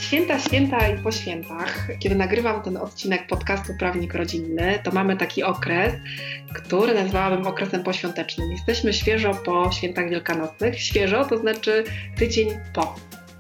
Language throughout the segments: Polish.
Święta i po świętach, kiedy nagrywam ten odcinek podcastu Prawnik Rodzinny, to mamy taki okres, który nazwałabym okresem poświątecznym. Jesteśmy świeżo po świętach wielkanocnych. Świeżo to znaczy tydzień po.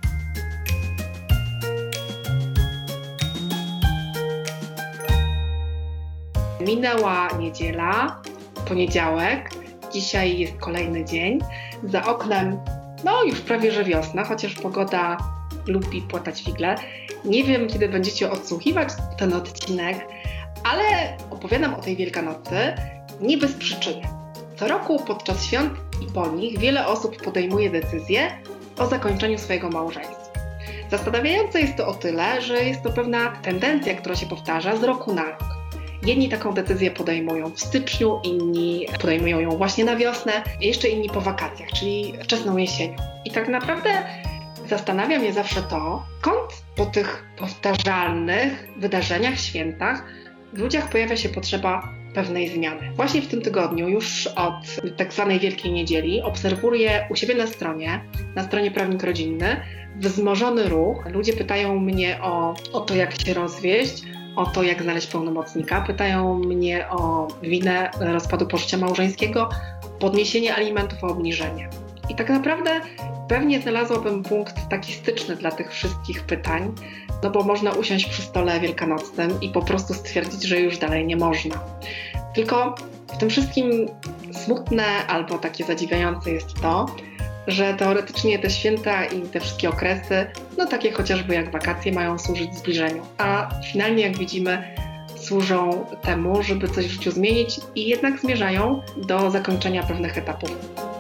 Minęła niedziela, poniedziałek, dzisiaj jest kolejny dzień. Za oknem już prawie że wiosna, chociaż pogoda lubi płatać figle. Nie wiem, kiedy będziecie odsłuchiwać ten odcinek, ale opowiadam o tej Wielkanocy nie bez przyczyny. Co roku podczas świąt i po nich wiele osób podejmuje decyzję o zakończeniu swojego małżeństwa. Zastanawiające jest to o tyle, że jest to pewna tendencja, która się powtarza z roku na rok. Jedni taką decyzję podejmują w styczniu, inni podejmują ją właśnie na wiosnę, a jeszcze inni po wakacjach, czyli wczesną jesienią. I tak naprawdę zastanawia mnie zawsze to, skąd po tych powtarzalnych wydarzeniach, świętach w ludziach pojawia się potrzeba pewnej zmiany. Właśnie w tym tygodniu, już od tak zwanej Wielkiej Niedzieli, obserwuję u siebie na stronie Prawnik Rodzinny, wzmożony ruch. Ludzie pytają mnie o to, jak się rozwieść, o to, jak znaleźć pełnomocnika. Pytają mnie o winę rozpadu pożycia małżeńskiego, podniesienie alimentów, o obniżenie. I tak naprawdę pewnie znalazłabym punkt taki styczny dla tych wszystkich pytań, bo można usiąść przy stole wielkanocnym i po prostu stwierdzić, że już dalej nie można. Tylko w tym wszystkim smutne albo takie zadziwiające jest to, że teoretycznie te święta i te wszystkie okresy, takie chociażby jak wakacje, mają służyć zbliżeniu. A finalnie, jak widzimy, służą temu, żeby coś w życiu zmienić i jednak zmierzają do zakończenia pewnych etapów.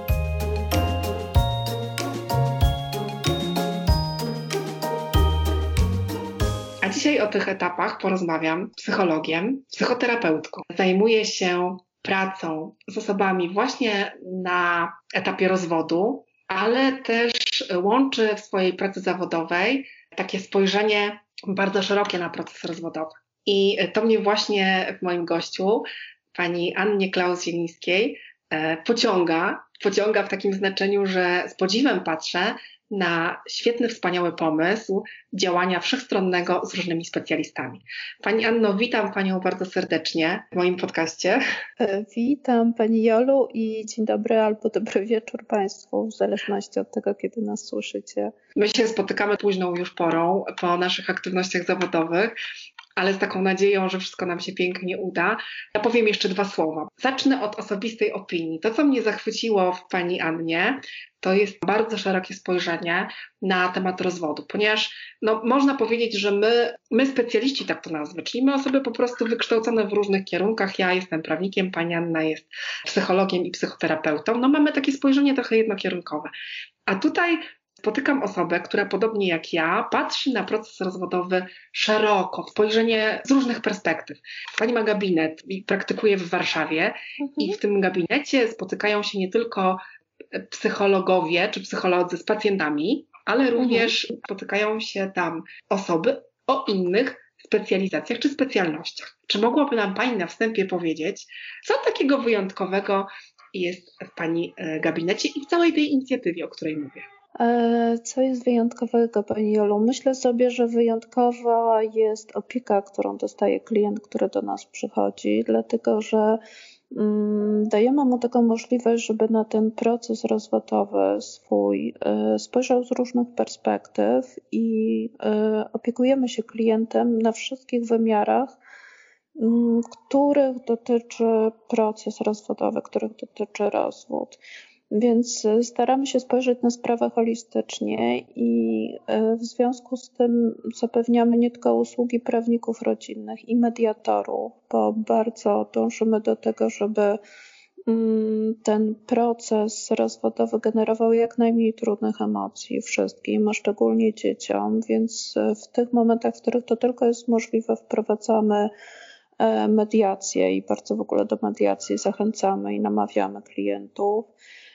A dzisiaj o tych etapach porozmawiam z psychologiem, psychoterapeutką. Zajmuję się pracą z osobami właśnie na etapie rozwodu, ale też łączy w swojej pracy zawodowej takie spojrzenie bardzo szerokie na proces rozwodowy. I to mnie właśnie w moim gościu, pani Annie Klaus-Zielińskiej, pociąga w takim znaczeniu, że z podziwem patrzę na świetny, wspaniały pomysł działania wszechstronnego z różnymi specjalistami. Pani Anno, witam Panią bardzo serdecznie w moim podcaście. Witam Pani Jolu i dzień dobry albo dobry wieczór Państwu, w zależności od tego, kiedy nas słyszycie. My się spotykamy późną już porą po naszych aktywnościach zawodowych, ale z taką nadzieją, że wszystko nam się pięknie uda. Ja powiem jeszcze 2 słowa. Zacznę od osobistej opinii. To, co mnie zachwyciło w Pani Annie, to jest bardzo szerokie spojrzenie na temat rozwodu, ponieważ można powiedzieć, że my specjaliści, tak to nazwę, czyli my osoby po prostu wykształcone w różnych kierunkach, ja jestem prawnikiem, Pani Anna jest psychologiem i psychoterapeutą, mamy takie spojrzenie trochę jednokierunkowe. A tutaj spotykam osobę, która podobnie jak ja patrzy na proces rozwodowy szeroko, spojrzenie z różnych perspektyw. Pani ma gabinet i praktykuje w Warszawie i w tym gabinecie spotykają się nie tylko psychologowie czy psycholodzy z pacjentami, ale również spotykają się tam osoby o innych specjalizacjach czy specjalnościach. Czy mogłaby nam Pani na wstępie powiedzieć, co takiego wyjątkowego jest w Pani gabinecie i w całej tej inicjatywie, o której mówię? Co jest wyjątkowego, Pani Jolu? Myślę sobie, że wyjątkowa jest opieka, którą dostaje klient, który do nas przychodzi, dlatego że dajemy mu taką możliwość, żeby na ten proces rozwodowy swój spojrzał z różnych perspektyw i opiekujemy się klientem na wszystkich wymiarach, których dotyczy proces rozwodowy, których dotyczy rozwód. Więc staramy się spojrzeć na sprawę holistycznie i w związku z tym zapewniamy nie tylko usługi prawników rodzinnych i mediatorów, bo bardzo dążymy do tego, żeby ten proces rozwodowy generował jak najmniej trudnych emocji wszystkim, a szczególnie dzieciom, więc w tych momentach, w których to tylko jest możliwe, wprowadzamy mediację i bardzo w ogóle do mediacji zachęcamy i namawiamy klientów.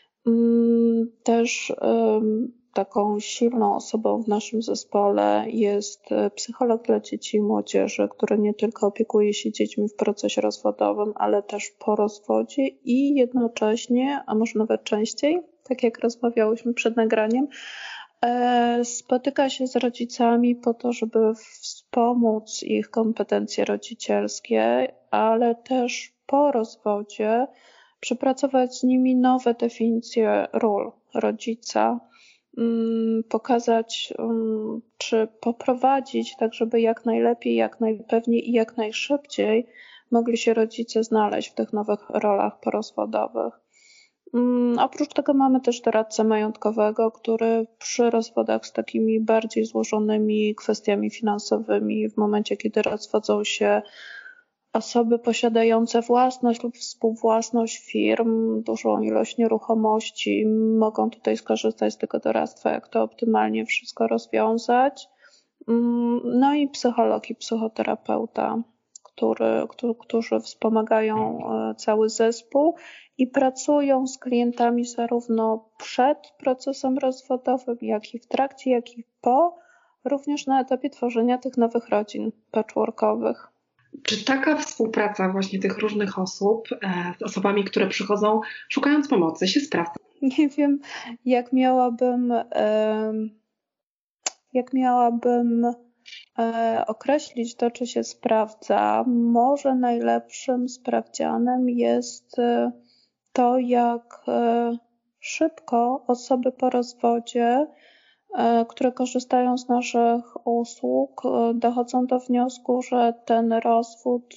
Też taką silną osobą w naszym zespole jest psycholog dla dzieci i młodzieży, który nie tylko opiekuje się dziećmi w procesie rozwodowym, ale też po rozwodzie i jednocześnie, a może nawet częściej, tak jak rozmawiałyśmy przed nagraniem, spotyka się z rodzicami po to, żeby wspomóc ich kompetencje rodzicielskie, ale też po rozwodzie przepracować z nimi nowe definicje ról rodzica, pokazać czy poprowadzić tak, żeby jak najlepiej, jak najpewniej i jak najszybciej mogli się rodzice znaleźć w tych nowych rolach porozwodowych. Oprócz tego mamy też doradcę majątkowego, który przy rozwodach z takimi bardziej złożonymi kwestiami finansowymi, w momencie kiedy rozwodzą się osoby posiadające własność lub współwłasność firm, dużą ilość nieruchomości, mogą tutaj skorzystać z tego doradztwa, jak to optymalnie wszystko rozwiązać. No i psycholog i psychoterapeuta, którzy wspomagają cały zespół i pracują z klientami zarówno przed procesem rozwodowym, jak i w trakcie, jak i po, również na etapie tworzenia tych nowych rodzin patchworkowych. Czy taka współpraca właśnie tych różnych osób z osobami, które przychodzą szukając pomocy, się sprawdza? Nie wiem, jak miałabym określić to, czy się sprawdza. Może najlepszym sprawdzianem jest to, jak szybko osoby po rozwodzie, które korzystają z naszych usług, dochodzą do wniosku, że ten rozwód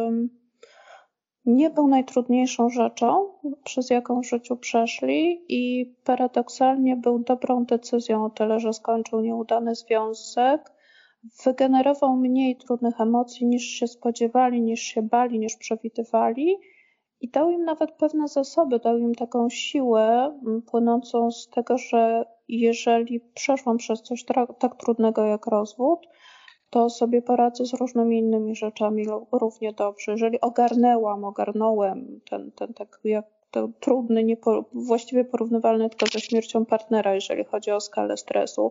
nie był najtrudniejszą rzeczą, przez jaką w życiu przeszli i paradoksalnie był dobrą decyzją o tyle, że skończył nieudany związek, wygenerował mniej trudnych emocji niż się spodziewali, niż się bali, niż przewidywali i dał im nawet pewne zasoby, dał im taką siłę płynącą z tego, że jeżeli przeszłam przez coś tak trudnego jak rozwód, to sobie poradzę z różnymi innymi rzeczami równie dobrze. Jeżeli ogarnąłem ten tak jak to trudny, właściwie porównywalny tylko ze śmiercią partnera, jeżeli chodzi o skalę stresu,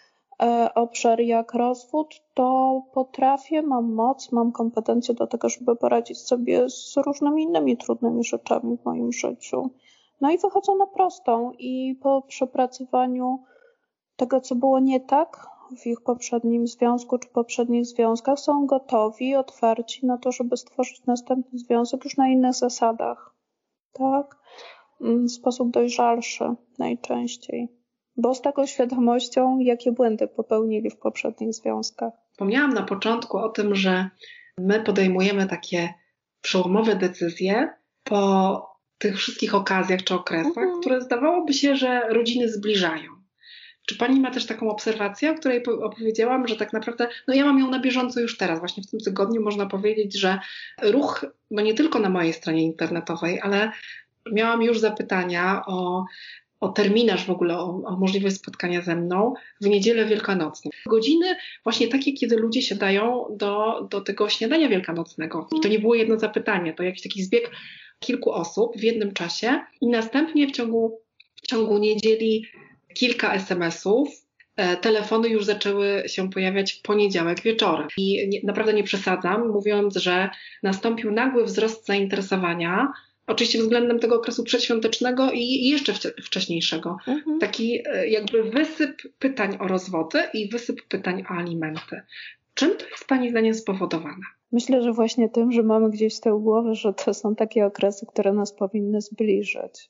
obszar jak rozwód, to potrafię, mam moc, mam kompetencje do tego, żeby poradzić sobie z różnymi innymi trudnymi rzeczami w moim życiu. No i wychodzą na prostą i po przepracowaniu tego, co było nie tak w ich poprzednim związku czy poprzednich związkach, są gotowi, otwarci na to, żeby stworzyć następny związek już na innych zasadach. Tak? W sposób dojrzalszy najczęściej. Bo z taką świadomością, jakie błędy popełnili w poprzednich związkach. Wspomniałam na początku o tym, że my podejmujemy takie przełomowe decyzje po tych wszystkich okazjach czy okresach, które zdawałoby się, że rodziny zbliżają. Czy pani ma też taką obserwację, o której opowiedziałam, że tak naprawdę, ja mam ją na bieżąco już teraz, właśnie w tym tygodniu można powiedzieć, że ruch, nie tylko na mojej stronie internetowej, ale miałam już zapytania o terminarz w ogóle, o możliwość spotkania ze mną w niedzielę wielkanocną. Godziny właśnie takie, kiedy ludzie siadają do tego śniadania wielkanocnego. I to nie było jedno zapytanie, to jakiś taki zbieg kilku osób w jednym czasie i następnie w ciągu niedzieli kilka SMS-ów, telefony już zaczęły się pojawiać w poniedziałek wieczorem. I naprawdę nie przesadzam, mówiąc, że nastąpił nagły wzrost zainteresowania, oczywiście względem tego okresu przedświątecznego i jeszcze wcześniejszego. Taki jakby wysyp pytań o rozwody i wysyp pytań o alimenty. Czym to jest pani zdaniem spowodowane? Myślę, że właśnie tym, że mamy gdzieś z tyłu głowy, że to są takie okresy, które nas powinny zbliżyć.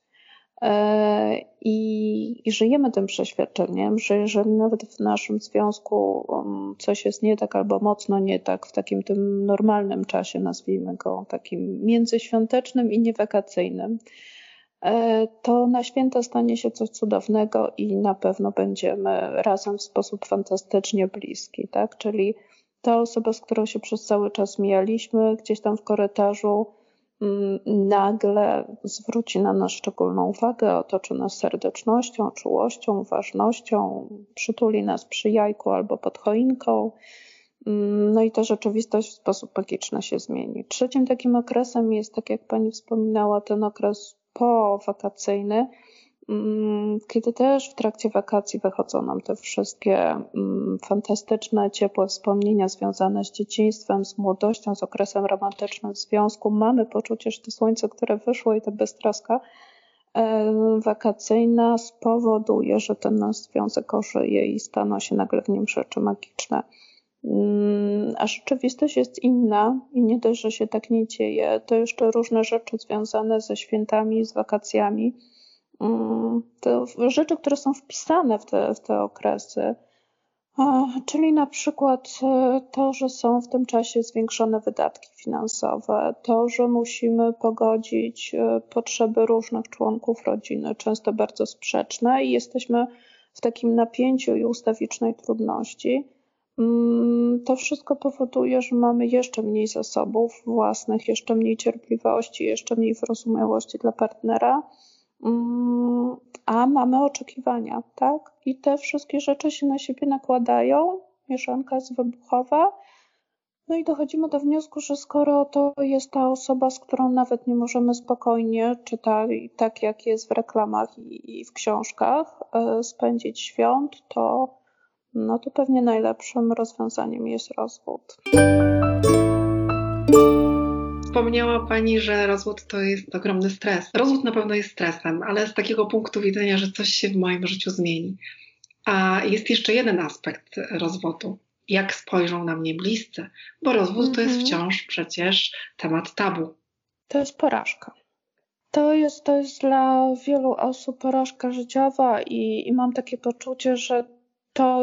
I żyjemy tym przeświadczeniem, że jeżeli nawet w naszym związku coś jest nie tak albo mocno nie tak w takim tym normalnym czasie, nazwijmy go takim międzyświątecznym i niewakacyjnym, to na święta stanie się coś cudownego i na pewno będziemy razem w sposób fantastycznie bliski, tak? Czyli ta osoba, z którą się przez cały czas mijaliśmy gdzieś tam w korytarzu, nagle zwróci na nas szczególną uwagę, otoczy nas serdecznością, czułością, uważnością, przytuli nas przy jajku albo pod choinką. No i ta rzeczywistość w sposób magiczny się zmieni. Trzecim takim okresem jest, tak jak pani wspominała, ten okres powakacyjny, kiedy też w trakcie wakacji wychodzą nam te wszystkie fantastyczne, ciepłe wspomnienia związane z dzieciństwem, z młodością, z okresem romantycznym w związku. Mamy poczucie, że to słońce, które wyszło i ta beztroska wakacyjna spowoduje, że ten nasz związek ożyje i staną się nagle w nim rzeczy magiczne. A rzeczywistość jest inna i nie dość, że się tak nie dzieje, to jeszcze różne rzeczy związane ze świętami, z wakacjami. To rzeczy, które są wpisane w te okresy. Czyli na przykład to, że są w tym czasie zwiększone wydatki finansowe, to, że musimy pogodzić potrzeby różnych członków rodziny, często bardzo sprzeczne i jesteśmy w takim napięciu i ustawicznej trudności. To wszystko powoduje, że mamy jeszcze mniej zasobów własnych, jeszcze mniej cierpliwości, jeszcze mniej wyrozumiałości dla partnera. A mamy oczekiwania, tak? I te wszystkie rzeczy się na siebie nakładają, mieszanka jest wybuchowa. No i dochodzimy do wniosku, że skoro to jest ta osoba, z którą nawet nie możemy spokojnie, tak jak jest w reklamach i w książkach, spędzić świąt, to pewnie najlepszym rozwiązaniem jest rozwód. Wspomniała Pani, że rozwód to jest ogromny stres. Rozwód na pewno jest stresem, ale z takiego punktu widzenia, że coś się w moim życiu zmieni. A jest jeszcze jeden aspekt rozwodu. Jak spojrzą na mnie bliscy, bo rozwód to jest wciąż przecież temat tabu. To jest porażka. To jest dla wielu osób porażka życiowa i mam takie poczucie, że to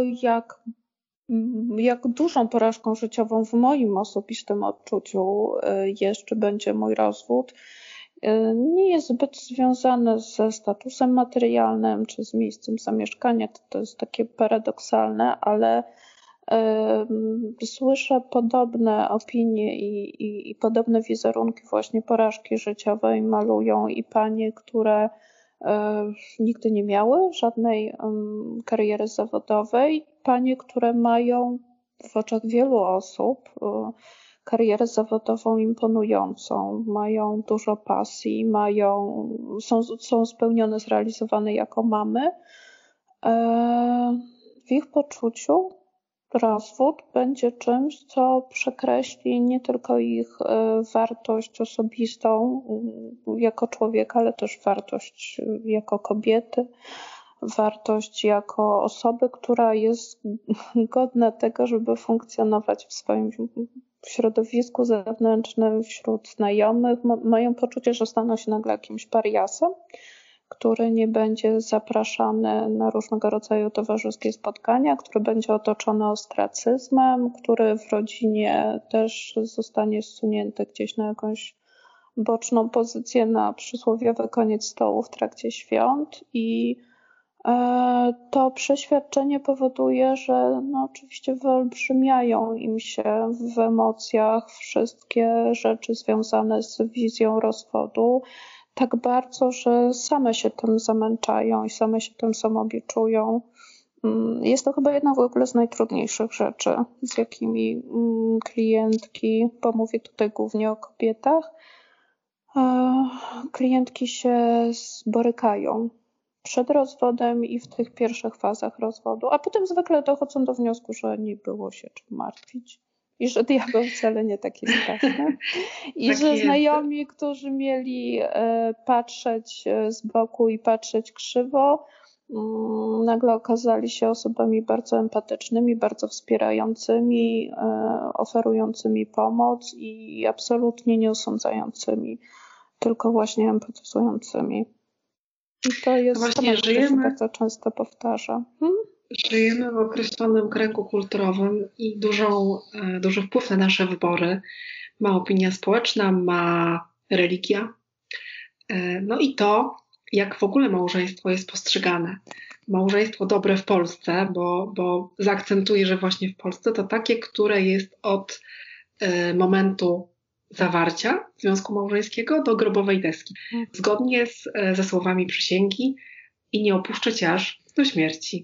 jak dużą porażką życiową w moim osobistym odczuciu jeszcze będzie mój rozwód, nie jest zbyt związane ze statusem materialnym czy z miejscem zamieszkania. To jest takie paradoksalne, ale słyszę podobne opinie i podobne wizerunki właśnie porażki życiowej malują i panie, które nigdy nie miały żadnej kariery zawodowej, panie, które mają w oczach wielu osób karierę zawodową imponującą, mają dużo pasji, są spełnione, zrealizowane jako mamy. W ich poczuciu rozwód będzie czymś, co przekreśli nie tylko ich wartość osobistą jako człowieka, ale też wartość jako kobiety, wartość jako osoby, która jest godna tego, żeby funkcjonować w swoim środowisku zewnętrznym, wśród znajomych. Mają poczucie, że staną się nagle jakimś pariasem, który nie będzie zapraszany na różnego rodzaju towarzyskie spotkania, który będzie otoczony ostracyzmem, który w rodzinie też zostanie zsunięty gdzieś na jakąś boczną pozycję, na przysłowiowy koniec stołu w trakcie świąt i to przeświadczenie powoduje, że oczywiście wyolbrzymiają im się w emocjach wszystkie rzeczy związane z wizją rozwodu, tak bardzo, że same się tym zamęczają i same się tym samobiczują. Jest to chyba jedna w ogóle z najtrudniejszych rzeczy, z jakimi klientki, bo mówię tutaj głównie o kobietach, klientki się borykają przed rozwodem i w tych pierwszych fazach rozwodu, a potem zwykle dochodzą do wniosku, że nie było się czym martwić i że diabeł wcale nie taki straszny i tak że jest. Znajomi, którzy mieli patrzeć z boku i patrzeć krzywo, nagle okazali się osobami bardzo empatycznymi, bardzo wspierającymi, oferującymi pomoc i absolutnie nie osądzającymi, tylko właśnie empatyzującymi. I to jest właśnie temat, który się bardzo często powtarza. Żyjemy w określonym kręgu kulturowym i duży wpływ na nasze wybory ma opinia społeczna, ma religia. No i to, jak w ogóle małżeństwo jest postrzegane. Małżeństwo dobre w Polsce, bo zaakcentuję, że właśnie w Polsce to takie, które jest od momentu zawarcia związku małżeńskiego do grobowej deski. Zgodnie ze słowami przysięgi i nie opuszczę cię aż do śmierci.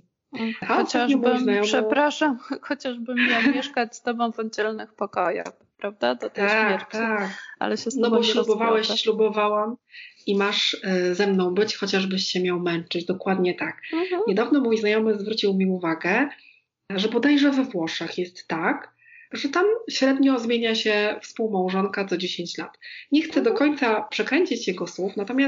Chociażbym miał mieszkać z tobą w oddzielnych pokojach, prawda? Do tej śmierci. Tak. Ale się z tobą ślubowałam i masz ze mną być, chociażbyś się miał męczyć. Dokładnie tak. Niedawno mój znajomy zwrócił mi uwagę, że bodajże we Włoszech jest tak, że tam średnio zmienia się współmałżonka co 10 lat. Nie chcę do końca przekręcić jego słów, natomiast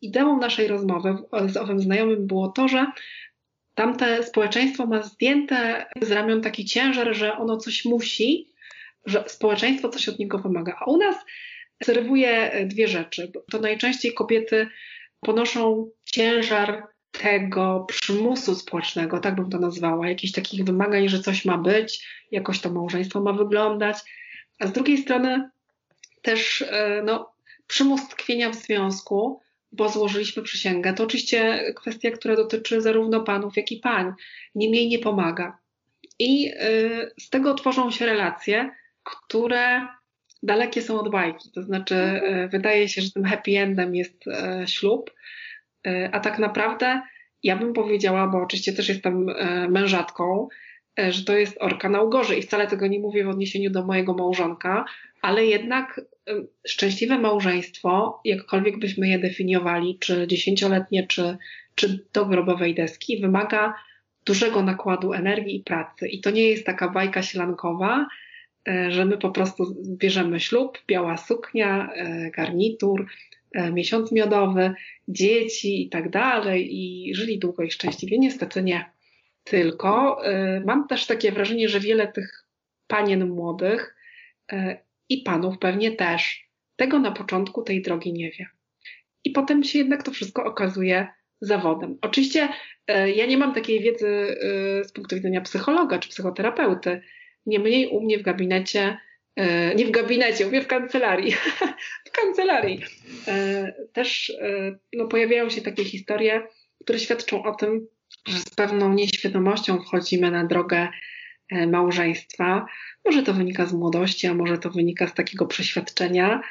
ideą naszej rozmowy z owym znajomym było to, że tamte społeczeństwo ma zdjęte z ramion taki ciężar, że ono coś musi, że społeczeństwo coś od niego wymaga. A u nas obserwuję dwie rzeczy. To najczęściej kobiety ponoszą ciężar tego przymusu społecznego, tak bym to nazwała, jakichś takich wymagań, że coś ma być, jakoś to małżeństwo ma wyglądać. A z drugiej strony też przymus tkwienia w związku, bo złożyliśmy przysięgę. To oczywiście kwestia, która dotyczy zarówno panów, jak i pań. Niemniej nie pomaga. I z tego tworzą się relacje, które dalekie są od bajki. To znaczy wydaje się, że tym happy endem jest ślub, a tak naprawdę ja bym powiedziała, bo oczywiście też jestem mężatką, że to jest orka na ugorze i wcale tego nie mówię w odniesieniu do mojego małżonka, ale jednak szczęśliwe małżeństwo, jakkolwiek byśmy je definiowali, czy 10-letnie, czy do grobowej deski, wymaga dużego nakładu energii i pracy. I to nie jest taka bajka sielankowa, że my po prostu bierzemy ślub, biała suknia, garnitur, miesiąc miodowy, dzieci i tak dalej i żyli długo i szczęśliwie. Niestety nie. Tylko mam też takie wrażenie, że wiele tych panien młodych i panów pewnie też tego na początku tej drogi nie wie. I potem się jednak to wszystko okazuje zawodem. Oczywiście ja nie mam takiej wiedzy z punktu widzenia psychologa czy psychoterapeuty. Niemniej u mnie w gabinecie, nie w gabinecie, mówię w kancelarii, w kancelarii też pojawiają się takie historie, które świadczą o tym, że z pewną nieświadomością wchodzimy na drogę małżeństwa. Może to wynika z młodości, a może to wynika z takiego przeświadczenia,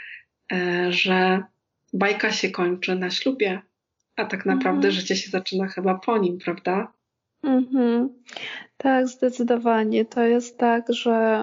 że bajka się kończy na ślubie, a tak naprawdę życie się zaczyna chyba po nim, prawda? Tak, zdecydowanie. To jest tak, że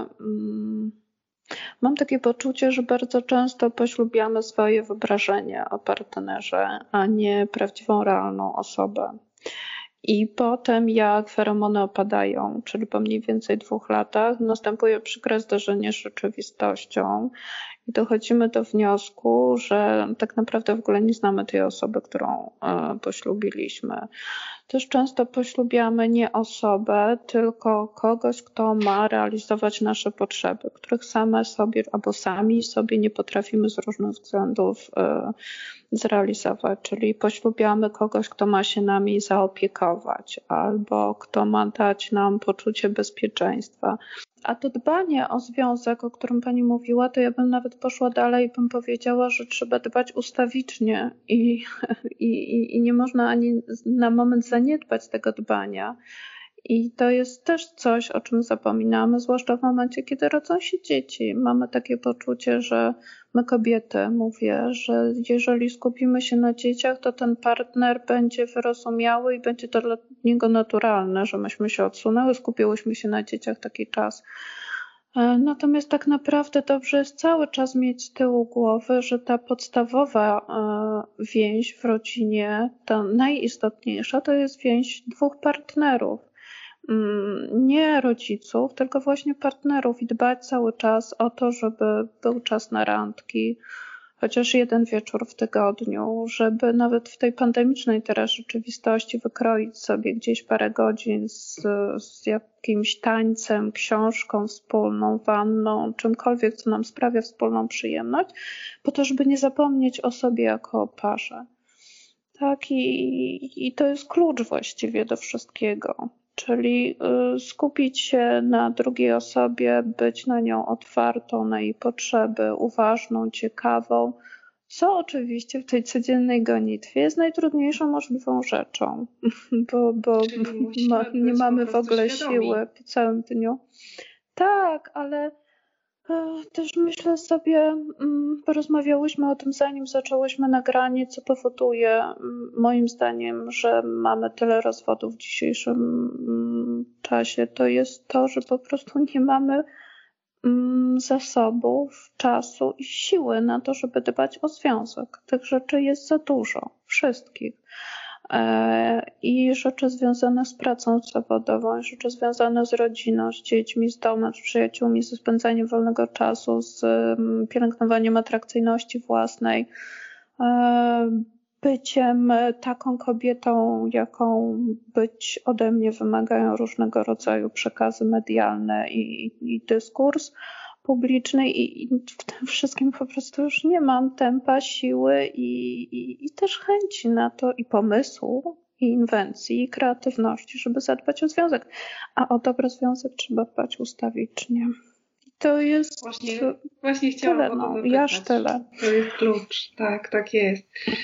mam takie poczucie, że bardzo często poślubiamy swoje wyobrażenie o partnerze, a nie prawdziwą, realną osobę. I potem jak feromony opadają, czyli po mniej więcej 2 latach, następuje przykre zdarzenie z rzeczywistością i dochodzimy do wniosku, że tak naprawdę w ogóle nie znamy tej osoby, którą poślubiliśmy. Też często poślubiamy nie osobę, tylko kogoś, kto ma realizować nasze potrzeby, których same sobie albo sami sobie nie potrafimy z różnych względów zrealizować. Czyli poślubiamy kogoś, kto ma się nami zaopiekować albo kto ma dać nam poczucie bezpieczeństwa. A to dbanie o związek, o którym pani mówiła, to ja bym nawet poszła dalej i bym powiedziała, że trzeba dbać ustawicznie i nie można ani na moment zaniedbać tego dbania. I to jest też coś, o czym zapominamy, zwłaszcza w momencie, kiedy rodzą się dzieci. Mamy takie poczucie, że my kobiety, mówię, że jeżeli skupimy się na dzieciach, to ten partner będzie wyrozumiały i będzie to dla niego naturalne, że myśmy się odsunęły, skupiłyśmy się na dzieciach taki czas. Natomiast tak naprawdę dobrze jest cały czas mieć z tyłu głowy, że ta podstawowa więź w rodzinie, ta najistotniejsza, to jest więź 2 partnerów. Nie rodziców, tylko właśnie partnerów i dbać cały czas o to, żeby był czas na randki, chociaż 1 wieczór w tygodniu, żeby nawet w tej pandemicznej teraz rzeczywistości wykroić sobie gdzieś parę godzin z jakimś tańcem, książką wspólną, wanną, czymkolwiek, co nam sprawia wspólną przyjemność, po to, żeby nie zapomnieć o sobie jako o parze. Tak, i to jest klucz właściwie do wszystkiego. Czyli skupić się na drugiej osobie, być na nią otwartą, na jej potrzeby, uważną, ciekawą, co oczywiście w tej codziennej gonitwie jest najtrudniejszą możliwą rzeczą, bo nie mamy w ogóle siły po całym dniu. Tak, ale też myślę sobie, porozmawiałyśmy o tym, zanim zaczęłyśmy nagranie, co powoduje moim zdaniem, że mamy tyle rozwodów w dzisiejszym czasie. To jest to, że po prostu nie mamy zasobów, czasu i siły na to, żeby dbać o związek. Tych rzeczy jest za dużo, wszystkich. I rzeczy związane z pracą zawodową, rzeczy związane z rodziną, z dziećmi, z domem, z przyjaciółmi, ze spędzaniem wolnego czasu, z pielęgnowaniem atrakcyjności własnej. byciem taką kobietą, jaką być ode mnie wymagają różnego rodzaju przekazy medialne i dyskurs publiczny i w tym wszystkim po prostu już nie mam tempa, siły i też chęci na to i pomysłu, i inwencji, i kreatywności, żeby zadbać o związek. A o dobry związek trzeba dbać ustawicznie. I to jest Właśnie chciałam tyle, o to zapytać. Jaż tyle. To jest klucz, tak jest.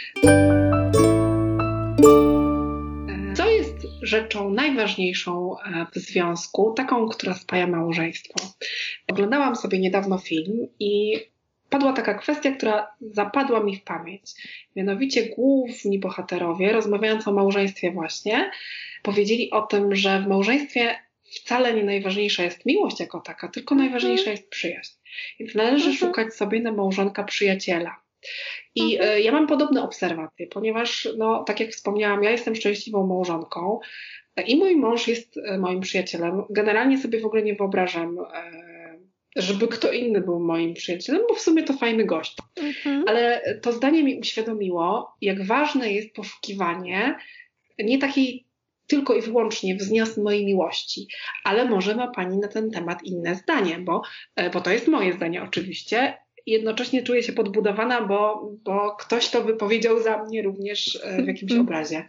Co jest rzeczą najważniejszą w związku, taką, która spaja małżeństwo? Oglądałam sobie niedawno film i padła taka kwestia, która zapadła mi w pamięć. Mianowicie główni bohaterowie, rozmawiając o małżeństwie właśnie, powiedzieli o tym, że w małżeństwie wcale nie najważniejsza jest miłość jako taka, tylko najważniejsza jest przyjaźń. Więc należy szukać sobie na małżonka przyjaciela. I ja mam podobne obserwacje, ponieważ, tak jak wspomniałam, ja jestem szczęśliwą małżonką i mój mąż jest moim przyjacielem. Generalnie sobie w ogóle nie wyobrażam, żeby kto inny był moim przyjacielem, bo w sumie to fajny gość. Ale to zdanie mi uświadomiło, jak ważne jest poszukiwanie nie takiej tylko i wyłącznie wzniosł mojej miłości, ale może ma Pani na ten temat inne zdanie, bo to jest moje zdanie oczywiście. Jednocześnie czuję się podbudowana, bo ktoś to wypowiedział za mnie również w jakimś obrazie.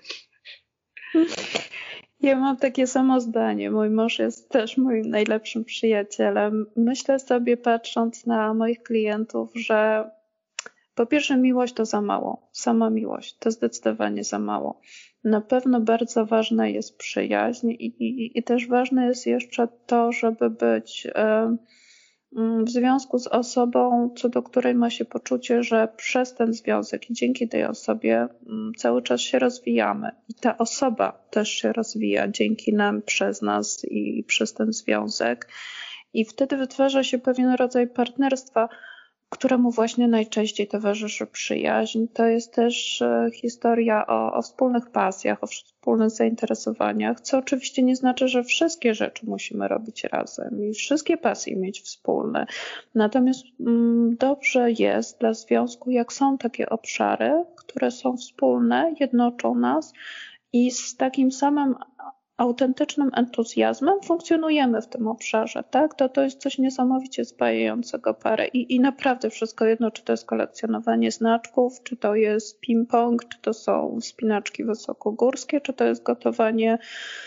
Ja mam takie samo zdanie. Mój mąż jest też moim najlepszym przyjacielem. Myślę sobie, patrząc na moich klientów, że po pierwsze miłość to za mało. Sama miłość to zdecydowanie za mało. Na pewno bardzo ważna jest przyjaźń i też ważne jest jeszcze to, żeby być w związku z osobą, co do której ma się poczucie, że przez ten związek i dzięki tej osobie cały czas się rozwijamy. I ta osoba też się rozwija dzięki nam, przez nas i przez ten związek. I wtedy wytwarza się pewien rodzaj partnerstwa, któremu właśnie najczęściej towarzyszy przyjaźń. To jest też historia o wspólnych pasjach, o wspólnych zainteresowaniach, co oczywiście nie znaczy, że wszystkie rzeczy musimy robić razem i wszystkie pasje mieć wspólne. Natomiast dobrze jest dla związku, jak są takie obszary, które są wspólne, jednoczą nas i z takim samym autentycznym entuzjazmem funkcjonujemy w tym obszarze, tak? To jest coś niesamowicie spajającego parę i naprawdę wszystko jedno, czy to jest kolekcjonowanie znaczków, czy to jest ping-pong, czy to są wspinaczki wysokogórskie, czy to jest gotowanie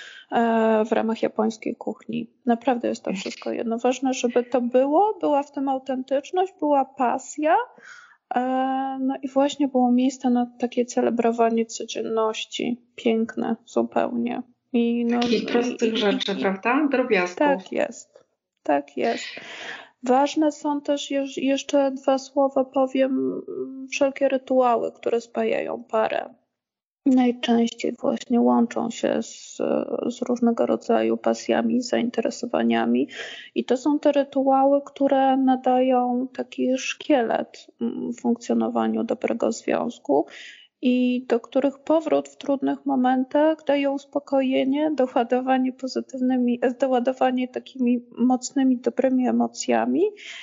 w ramach japońskiej kuchni. Naprawdę jest to wszystko jedno. Ważne, żeby to była w tym autentyczność, była pasja, no i właśnie było miejsce na takie celebrowanie codzienności. Piękne zupełnie. Takich prostych rzeczy, prawda? Drobiazgów. Tak jest. Ważne są też, jeszcze 2 słowa powiem, wszelkie rytuały, które spajają parę. Najczęściej właśnie łączą się z różnego rodzaju pasjami i zainteresowaniami i to są te rytuały, które nadają taki szkielet funkcjonowaniu dobrego związku i do których powrót w trudnych momentach daje uspokojenie, doładowanie takimi mocnymi, dobrymi emocjami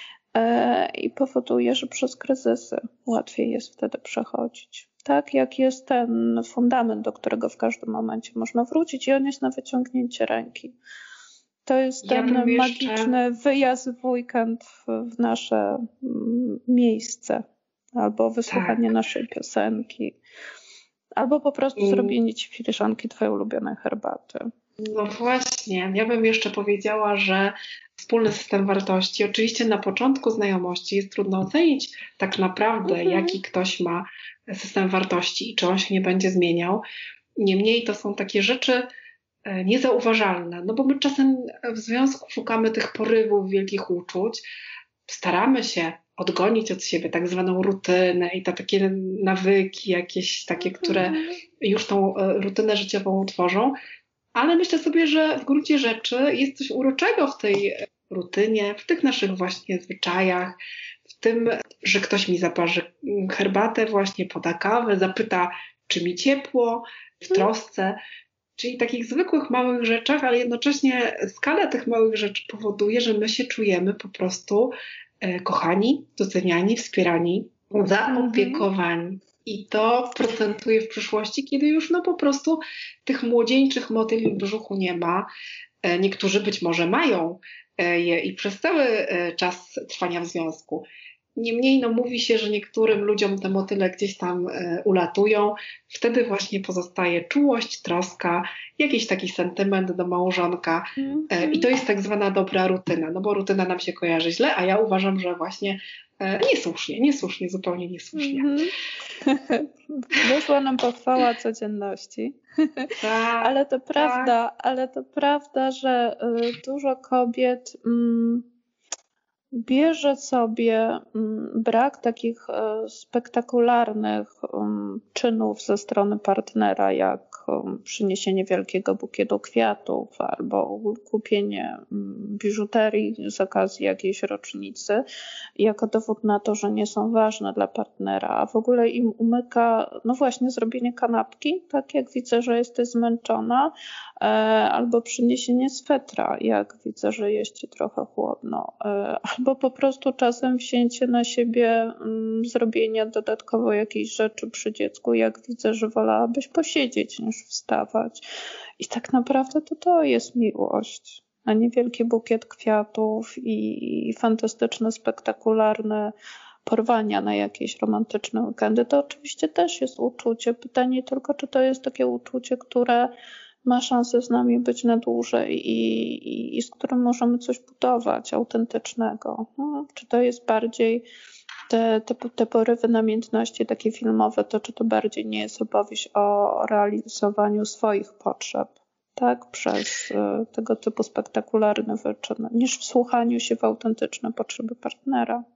i powoduje, że przez kryzysy łatwiej jest wtedy przechodzić. Tak, jak jest ten fundament, do którego w każdym momencie można wrócić i on jest na wyciągnięcie ręki. To jest ten magiczny wyjazd w weekend w nasze miejsce. Albo wysłuchanie naszej piosenki, albo po prostu zrobienie ci filiżanki twojej ulubionej herbaty. No właśnie, ja bym jeszcze powiedziała, że wspólny system wartości, oczywiście na początku znajomości jest trudno ocenić tak naprawdę, jaki ktoś ma system wartości i czy on się nie będzie zmieniał. Niemniej to są takie rzeczy niezauważalne, no bo my czasem w związku szukamy tych porywów, wielkich uczuć, staramy się odgonić od siebie tak zwaną rutynę i takie nawyki jakieś takie, które już tą rutynę życiową tworzą, ale myślę sobie, że w gruncie rzeczy jest coś uroczego w tej rutynie, w tych naszych właśnie zwyczajach, w tym, że ktoś mi zaparzy herbatę, właśnie poda kawę, zapyta, czy mi ciepło, w trosce, czyli takich zwykłych małych rzeczach, ale jednocześnie skala tych małych rzeczy powoduje, że my się czujemy po prostu kochani, doceniani, wspierani, zaopiekowani. I to procentuje w przyszłości, kiedy już po prostu tych młodzieńczych motyli w brzuchu nie ma. Niektórzy być może mają je i przez cały czas trwania w związku. Niemniej mówi się, że niektórym ludziom te motyle gdzieś tam ulatują. Wtedy właśnie pozostaje czułość, troska, jakiś taki sentyment do małżonka. I to jest tak zwana dobra rutyna, bo rutyna nam się kojarzy źle, a ja uważam, że właśnie niesłusznie, zupełnie niesłusznie. Wyszła nam pochwała codzienności. Tak, Ale to prawda, że dużo kobiet bierze sobie brak takich spektakularnych czynów ze strony partnera, jak przyniesienie wielkiego bukietu kwiatów albo kupienie biżuterii z okazji jakiejś rocznicy, jako dowód na to, że nie są ważne dla partnera, a w ogóle im umyka właśnie zrobienie kanapki, tak jak widzę, że jesteś zmęczona, albo przyniesienie swetra, jak widzę, że jest ci trochę chłodno, albo po prostu czasem wzięcie na siebie zrobienia dodatkowo jakiejś rzeczy przy dziecku, jak widzę, że wolałabyś posiedzieć niż wstawać. I tak naprawdę to jest miłość, a nie wielki bukiet kwiatów i fantastyczne, spektakularne porwania na jakieś romantyczne weekendy. To oczywiście też jest uczucie. Pytanie tylko, czy to jest takie uczucie, które ma szansę z nami być na dłużej i z którym możemy coś budować autentycznego. Czy to jest bardziej te porywy namiętności takie filmowe, czy to bardziej nie jest opowieść o realizowaniu swoich potrzeb, tak, przez tego typu spektakularne wyczyny, niż wsłuchaniu się w autentyczne potrzeby partnera.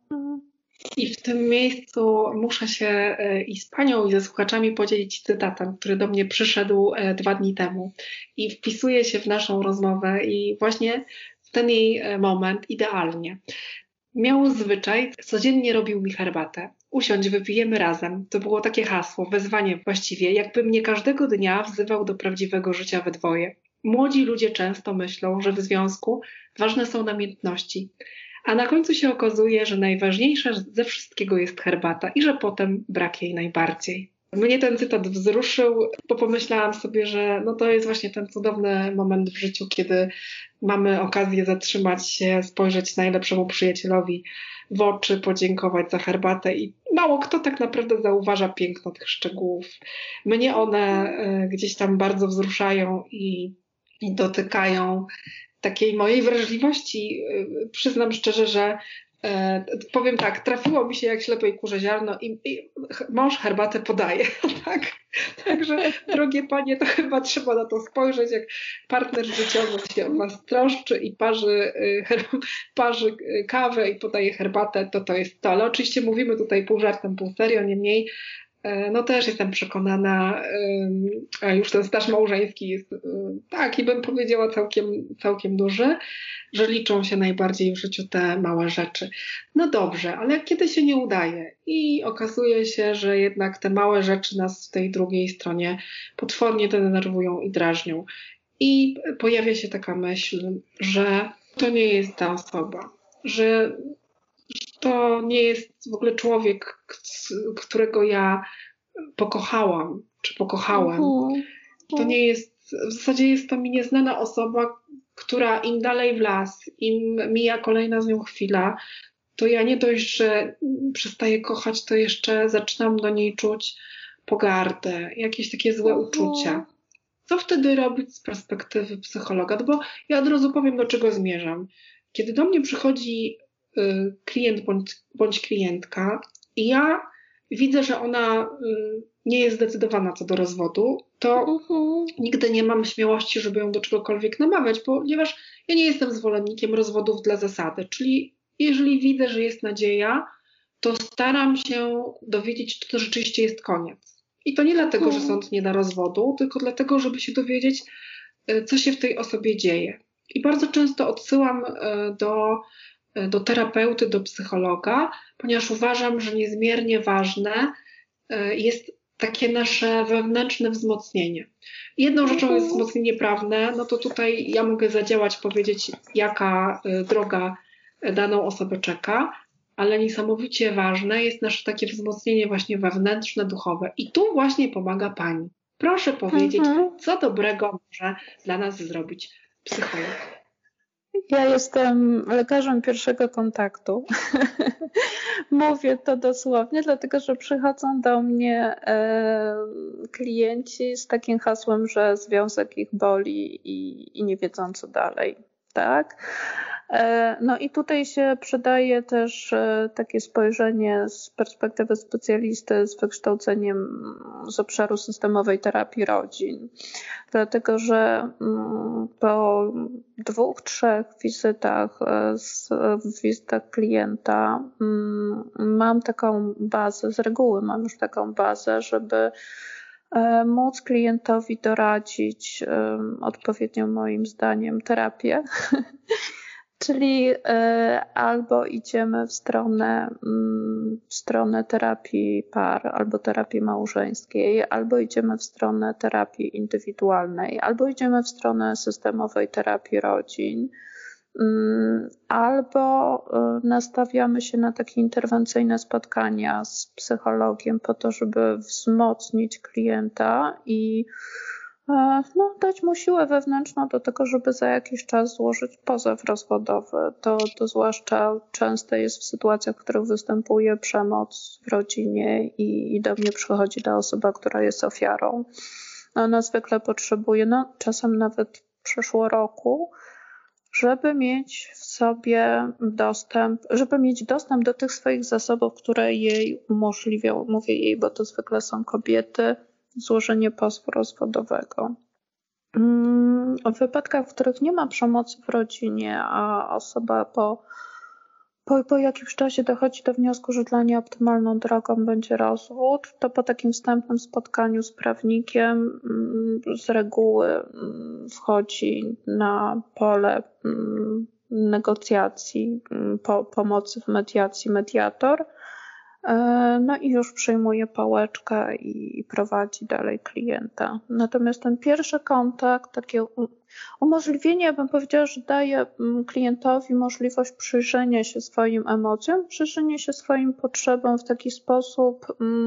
I w tym miejscu muszę się i z panią, i ze słuchaczami podzielić cytatem, który do mnie przyszedł 2 dni temu i wpisuje się w naszą rozmowę i właśnie w ten jej moment idealnie. Miał zwyczaj, codziennie robił mi herbatę. Usiądź, wypijemy razem. To było takie hasło, wezwanie właściwie, jakby mnie każdego dnia wzywał do prawdziwego życia we dwoje. Młodzi ludzie często myślą, że w związku ważne są namiętności. A na końcu się okazuje, że najważniejsza ze wszystkiego jest herbata i że potem brak jej najbardziej. Mnie ten cytat wzruszył, bo pomyślałam sobie, że to jest właśnie ten cudowny moment w życiu, kiedy mamy okazję zatrzymać się, spojrzeć najlepszemu przyjacielowi w oczy, podziękować za herbatę i mało kto tak naprawdę zauważa piękno tych szczegółów. Mnie one gdzieś tam bardzo wzruszają i dotykają takiej mojej wrażliwości. Przyznam szczerze, że powiem tak, trafiło mi się jak ślepej kurze ziarno i mąż herbatę podaje, tak? Także, drogie panie, to chyba trzeba na to spojrzeć, jak partner życiowy się o was troszczy i parzy kawę i podaje herbatę, to jest to. Ale oczywiście mówimy tutaj pół żartem, pół serio, niemniej też jestem przekonana, a już ten staż małżeński jest i bym powiedziała całkiem duży, że liczą się najbardziej w życiu te małe rzeczy. No dobrze, ale kiedy się nie udaje i okazuje się, że jednak te małe rzeczy nas w tej drugiej stronie potwornie denerwują i drażnią i pojawia się taka myśl, że to nie jest ta osoba, że to nie jest w ogóle człowiek, którego ja pokochałam, czy pokochałem. To nie jest, w zasadzie jest to mi nieznana osoba, która im dalej w las, im mija kolejna z nią chwila, to ja nie dość, że przestaję kochać, to jeszcze zaczynam do niej czuć pogardę, jakieś takie złe uczucia. Co wtedy robić z perspektywy psychologa? Bo ja od razu powiem, do czego zmierzam. Kiedy do mnie przychodzi klient bądź klientka i ja widzę, że ona nie jest zdecydowana co do rozwodu, to nigdy nie mam śmiałości, żeby ją do czegokolwiek namawiać, ponieważ ja nie jestem zwolennikiem rozwodów dla zasady. Czyli jeżeli widzę, że jest nadzieja, to staram się dowiedzieć, czy to rzeczywiście jest koniec. I to nie dlatego, że sąd nie da rozwodu, tylko dlatego, żeby się dowiedzieć, co się w tej osobie dzieje. I bardzo często odsyłam do terapeuty, do psychologa, ponieważ uważam, że niezmiernie ważne jest takie nasze wewnętrzne wzmocnienie. Jedną rzeczą jest wzmocnienie prawne, to tutaj ja mogę zadziałać, powiedzieć, jaka droga daną osobę czeka, ale niesamowicie ważne jest nasze takie wzmocnienie właśnie wewnętrzne, duchowe. I tu właśnie pomaga Pani. Proszę powiedzieć, co dobrego może dla nas zrobić psycholog. Ja jestem lekarzem pierwszego kontaktu. Mówię to dosłownie, dlatego że przychodzą do mnie klienci z takim hasłem, że związek ich boli i nie wiedzą co dalej. Tak? No i tutaj się przydaje też takie spojrzenie z perspektywy specjalisty z wykształceniem z obszaru systemowej terapii rodzin. Dlatego, że po 2-3 wizytach klienta mam taką bazę, z reguły mam już taką bazę, żeby móc klientowi doradzić odpowiednią moim zdaniem terapię. Czyli albo idziemy w stronę terapii par, albo terapii małżeńskiej, albo idziemy w stronę terapii indywidualnej, albo idziemy w stronę systemowej terapii rodzin, albo nastawiamy się na takie interwencyjne spotkania z psychologiem po to, żeby wzmocnić klienta i dać mu siłę wewnętrzną do tego, żeby za jakiś czas złożyć pozew rozwodowy. To zwłaszcza częste jest w sytuacjach, w których występuje przemoc w rodzinie i do mnie przychodzi ta osoba, która jest ofiarą. Ona zwykle potrzebuje, czasem nawet przeszło roku, żeby mieć w sobie dostęp do tych swoich zasobów, które jej umożliwią, mówię jej, bo to zwykle są kobiety, złożenie pozwu rozwodowego. W wypadkach, w których nie ma przemocy w rodzinie, a osoba po jakimś czasie dochodzi do wniosku, że dla niej optymalną drogą będzie rozwód, to po takim wstępnym spotkaniu z prawnikiem z reguły wchodzi na pole negocjacji, pomocy w mediacji mediator. No i już przyjmuje pałeczkę i prowadzi dalej klienta. Natomiast ten pierwszy kontakt, takie umożliwienie, ja bym powiedziała, że daje klientowi możliwość przyjrzenia się swoim emocjom, przyjrzenia się swoim potrzebom w taki sposób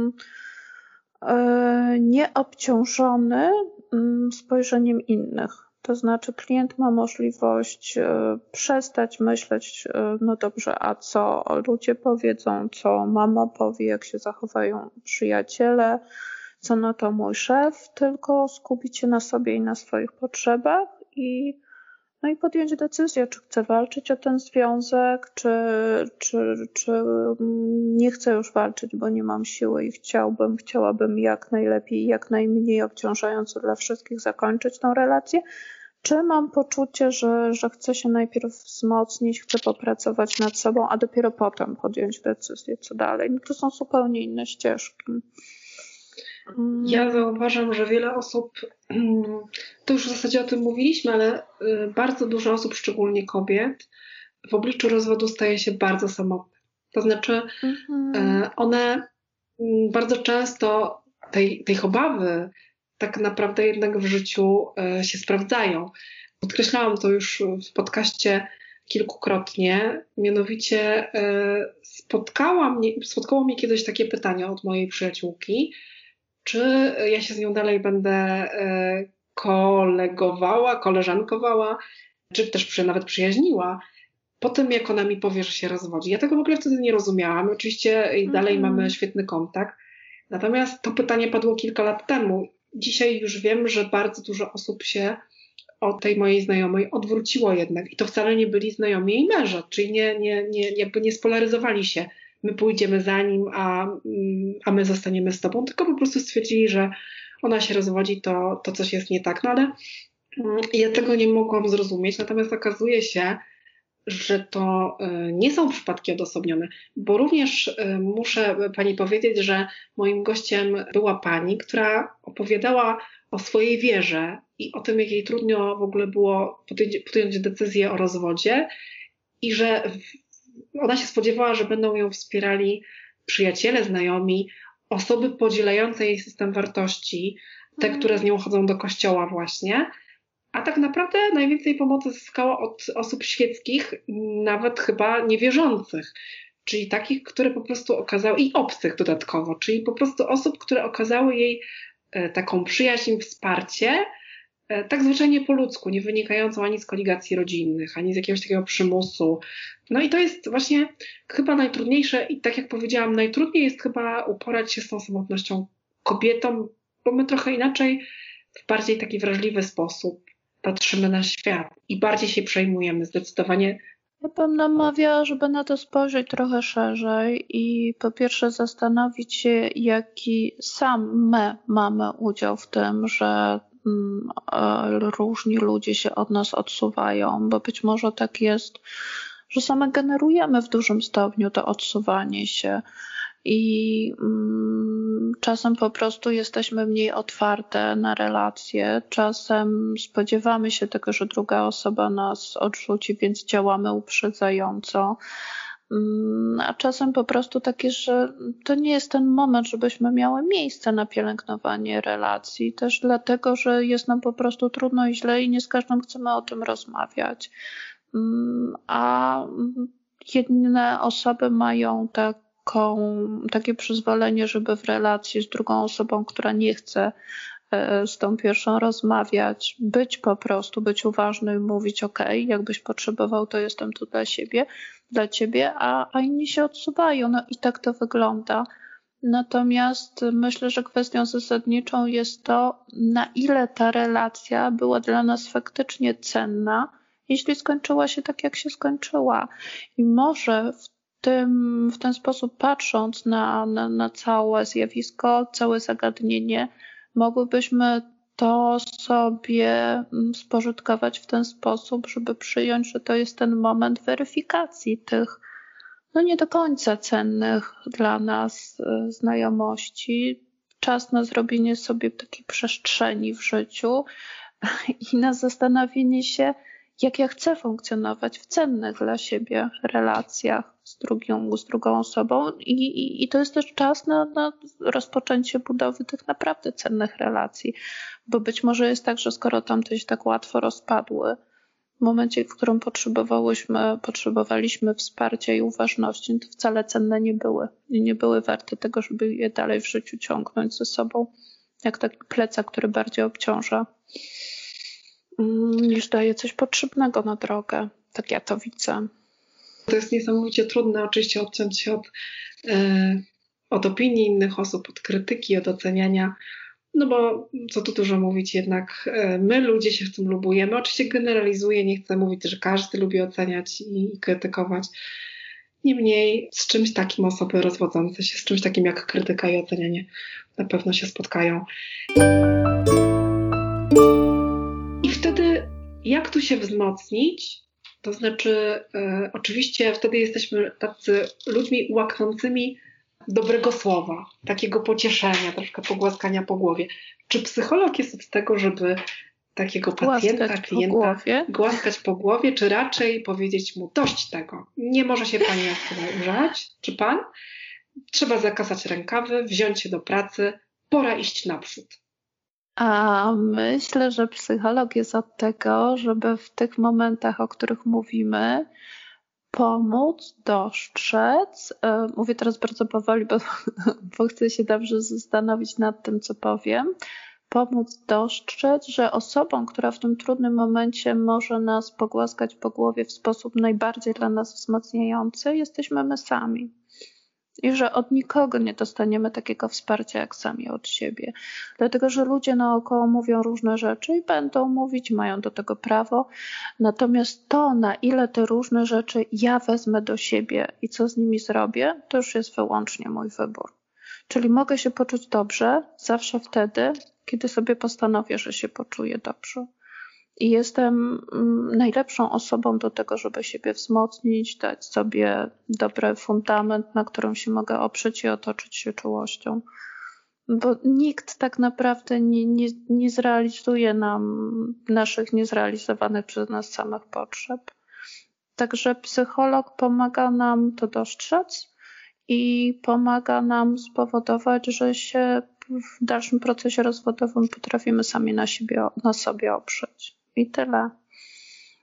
nieobciążony spojrzeniem innych. To znaczy klient ma możliwość przestać myśleć, no dobrze, a co ludzie powiedzą, co mama powie, jak się zachowają przyjaciele, co na to mój szef, tylko skupić się na sobie i na swoich potrzebach i podjąć decyzję, czy chcę walczyć o ten związek, czy nie chcę już walczyć, bo nie mam siły i chciałabym jak najlepiej, jak najmniej obciążająco dla wszystkich zakończyć tą relację, czy mam poczucie, że chcę się najpierw wzmocnić, chcę popracować nad sobą, a dopiero potem podjąć decyzję, co dalej. To są zupełnie inne ścieżki. Ja zauważam, że wiele osób, to już w zasadzie o tym mówiliśmy, ale bardzo dużo osób, szczególnie kobiet, w obliczu rozwodu staje się bardzo samotne. To znaczy one bardzo często tej obawy tak naprawdę jednak w życiu się sprawdzają. Podkreślałam to już w podcaście kilkukrotnie, mianowicie spotkało mnie kiedyś takie pytanie od mojej przyjaciółki, czy ja się z nią dalej będę kolegowała, koleżankowała, czy też nawet przyjaźniła po tym, jak ona mi powie, że się rozwodzi. Ja tego w ogóle wtedy nie rozumiałam. Oczywiście dalej mamy świetny kontakt. Natomiast to pytanie padło kilka lat temu. Dzisiaj już wiem, że bardzo dużo osób się od tej mojej znajomej odwróciło jednak. I to wcale nie byli znajomi jej męża, czyli nie spolaryzowali się. My pójdziemy za nim, a my zostaniemy z tobą, tylko po prostu stwierdzili, że ona się rozwodzi, to coś jest nie tak. No ale ja tego nie mogłam zrozumieć, natomiast okazuje się, że to nie są przypadki odosobnione, bo również muszę pani powiedzieć, że moim gościem była pani, która opowiadała o swojej wierze i o tym, jak jej trudno w ogóle było podjąć decyzję o rozwodzie i że ona się spodziewała, że będą ją wspierali przyjaciele, znajomi, osoby podzielające jej system wartości, te, które z nią chodzą do kościoła właśnie. A tak naprawdę najwięcej pomocy zyskała od osób świeckich, nawet chyba niewierzących. czyli takich, które po prostu okazały, i obcych dodatkowo, czyli po prostu osób, które okazały jej taką przyjaźń, wsparcie, tak zwyczajnie po ludzku, nie wynikającą ani z koligacji rodzinnych, ani z jakiegoś takiego przymusu. No i to jest właśnie chyba najtrudniejsze i tak jak powiedziałam, najtrudniej jest chyba uporać się z tą samotnością kobietom, bo my trochę inaczej, w bardziej taki wrażliwy sposób patrzymy na świat i bardziej się przejmujemy zdecydowanie. Ja bym namawiała, żeby na to spojrzeć trochę szerzej i po pierwsze zastanowić się, jaki sam my mamy udział w tym, że różni ludzie się od nas odsuwają, bo być może tak jest, że same generujemy w dużym stopniu to odsuwanie się i czasem po prostu jesteśmy mniej otwarte na relacje, czasem spodziewamy się tego, że druga osoba nas odrzuci, więc działamy uprzedzająco. A czasem po prostu takie, że to nie jest ten moment, żebyśmy miały miejsce na pielęgnowanie relacji. Też dlatego, że jest nam po prostu trudno i źle i nie z każdym chcemy o tym rozmawiać. A inne osoby mają takie przyzwolenie, żeby w relacji z drugą osobą, która nie chce z tą pierwszą rozmawiać, być uważny i mówić jakbyś potrzebował, to jestem tu dla ciebie, a inni się odsuwają. No i tak to wygląda. Natomiast myślę, że kwestią zasadniczą jest to, na ile ta relacja była dla nas faktycznie cenna, jeśli skończyła się tak, jak się skończyła. I może w ten sposób patrząc na całe zjawisko, całe zagadnienie, mogłybyśmy to sobie spożytkować w ten sposób, żeby przyjąć, że to jest ten moment weryfikacji tych nie do końca cennych dla nas znajomości. Czas na zrobienie sobie takiej przestrzeni w życiu i na zastanowienie się, jak ja chcę funkcjonować w cennych dla siebie relacjach z drugą osobą i to jest też czas na rozpoczęcie budowy tych naprawdę cennych relacji, bo być może jest tak, że skoro tamte się tak łatwo rozpadły, w momencie, w którym potrzebowaliśmy wsparcia i uważności, to wcale cenne nie były i nie były warte tego, żeby je dalej w życiu ciągnąć ze sobą, jak taki plecak, który bardziej obciąża niż daje coś potrzebnego na drogę. Tak ja to widzę. To jest niesamowicie trudne oczywiście odciąć się od opinii innych osób, od krytyki, od oceniania, no bo co tu dużo mówić, jednak my ludzie się w tym lubujemy. Oczywiście generalizuję, nie chcę mówić, że każdy lubi oceniać i krytykować. Niemniej z czymś takim osoby rozwodzące się, z czymś takim jak krytyka i ocenianie na pewno się spotkają. I wtedy jak tu się wzmocnić? To znaczy oczywiście wtedy jesteśmy tacy ludźmi łaknącymi dobrego słowa, takiego pocieszenia, troszkę pogłaskania po głowie. Czy psycholog jest od tego, żeby takiego pacjenta, klienta głaskać po głowie, czy raczej powiedzieć mu dość tego, nie może się pani oburzać, czy pan? Trzeba zakasać rękawy, wziąć się do pracy, pora iść naprzód. A myślę, że psycholog jest od tego, żeby w tych momentach, o których mówimy, pomóc, dostrzec, mówię teraz bardzo powoli, bo chcę się dobrze zastanowić nad tym, co powiem, pomóc dostrzec, że osobą, która w tym trudnym momencie może nas pogłaskać po głowie w sposób najbardziej dla nas wzmacniający, jesteśmy my sami. I że od nikogo nie dostaniemy takiego wsparcia jak sami od siebie. Dlatego, że ludzie naokoło mówią różne rzeczy i będą mówić, mają do tego prawo. Natomiast to, na ile te różne rzeczy ja wezmę do siebie i co z nimi zrobię, to już jest wyłącznie mój wybór. Czyli mogę się poczuć dobrze zawsze wtedy, kiedy sobie postanowię, że się poczuję dobrze. I jestem najlepszą osobą do tego, żeby siebie wzmocnić, dać sobie dobry fundament, na którym się mogę oprzeć i otoczyć się czułością. Bo nikt tak naprawdę nie zrealizuje nam naszych niezrealizowanych przez nas samych potrzeb. Także psycholog pomaga nam to dostrzec i pomaga nam spowodować, że się w dalszym procesie rozwodowym potrafimy sami na sobie oprzeć. I tyle.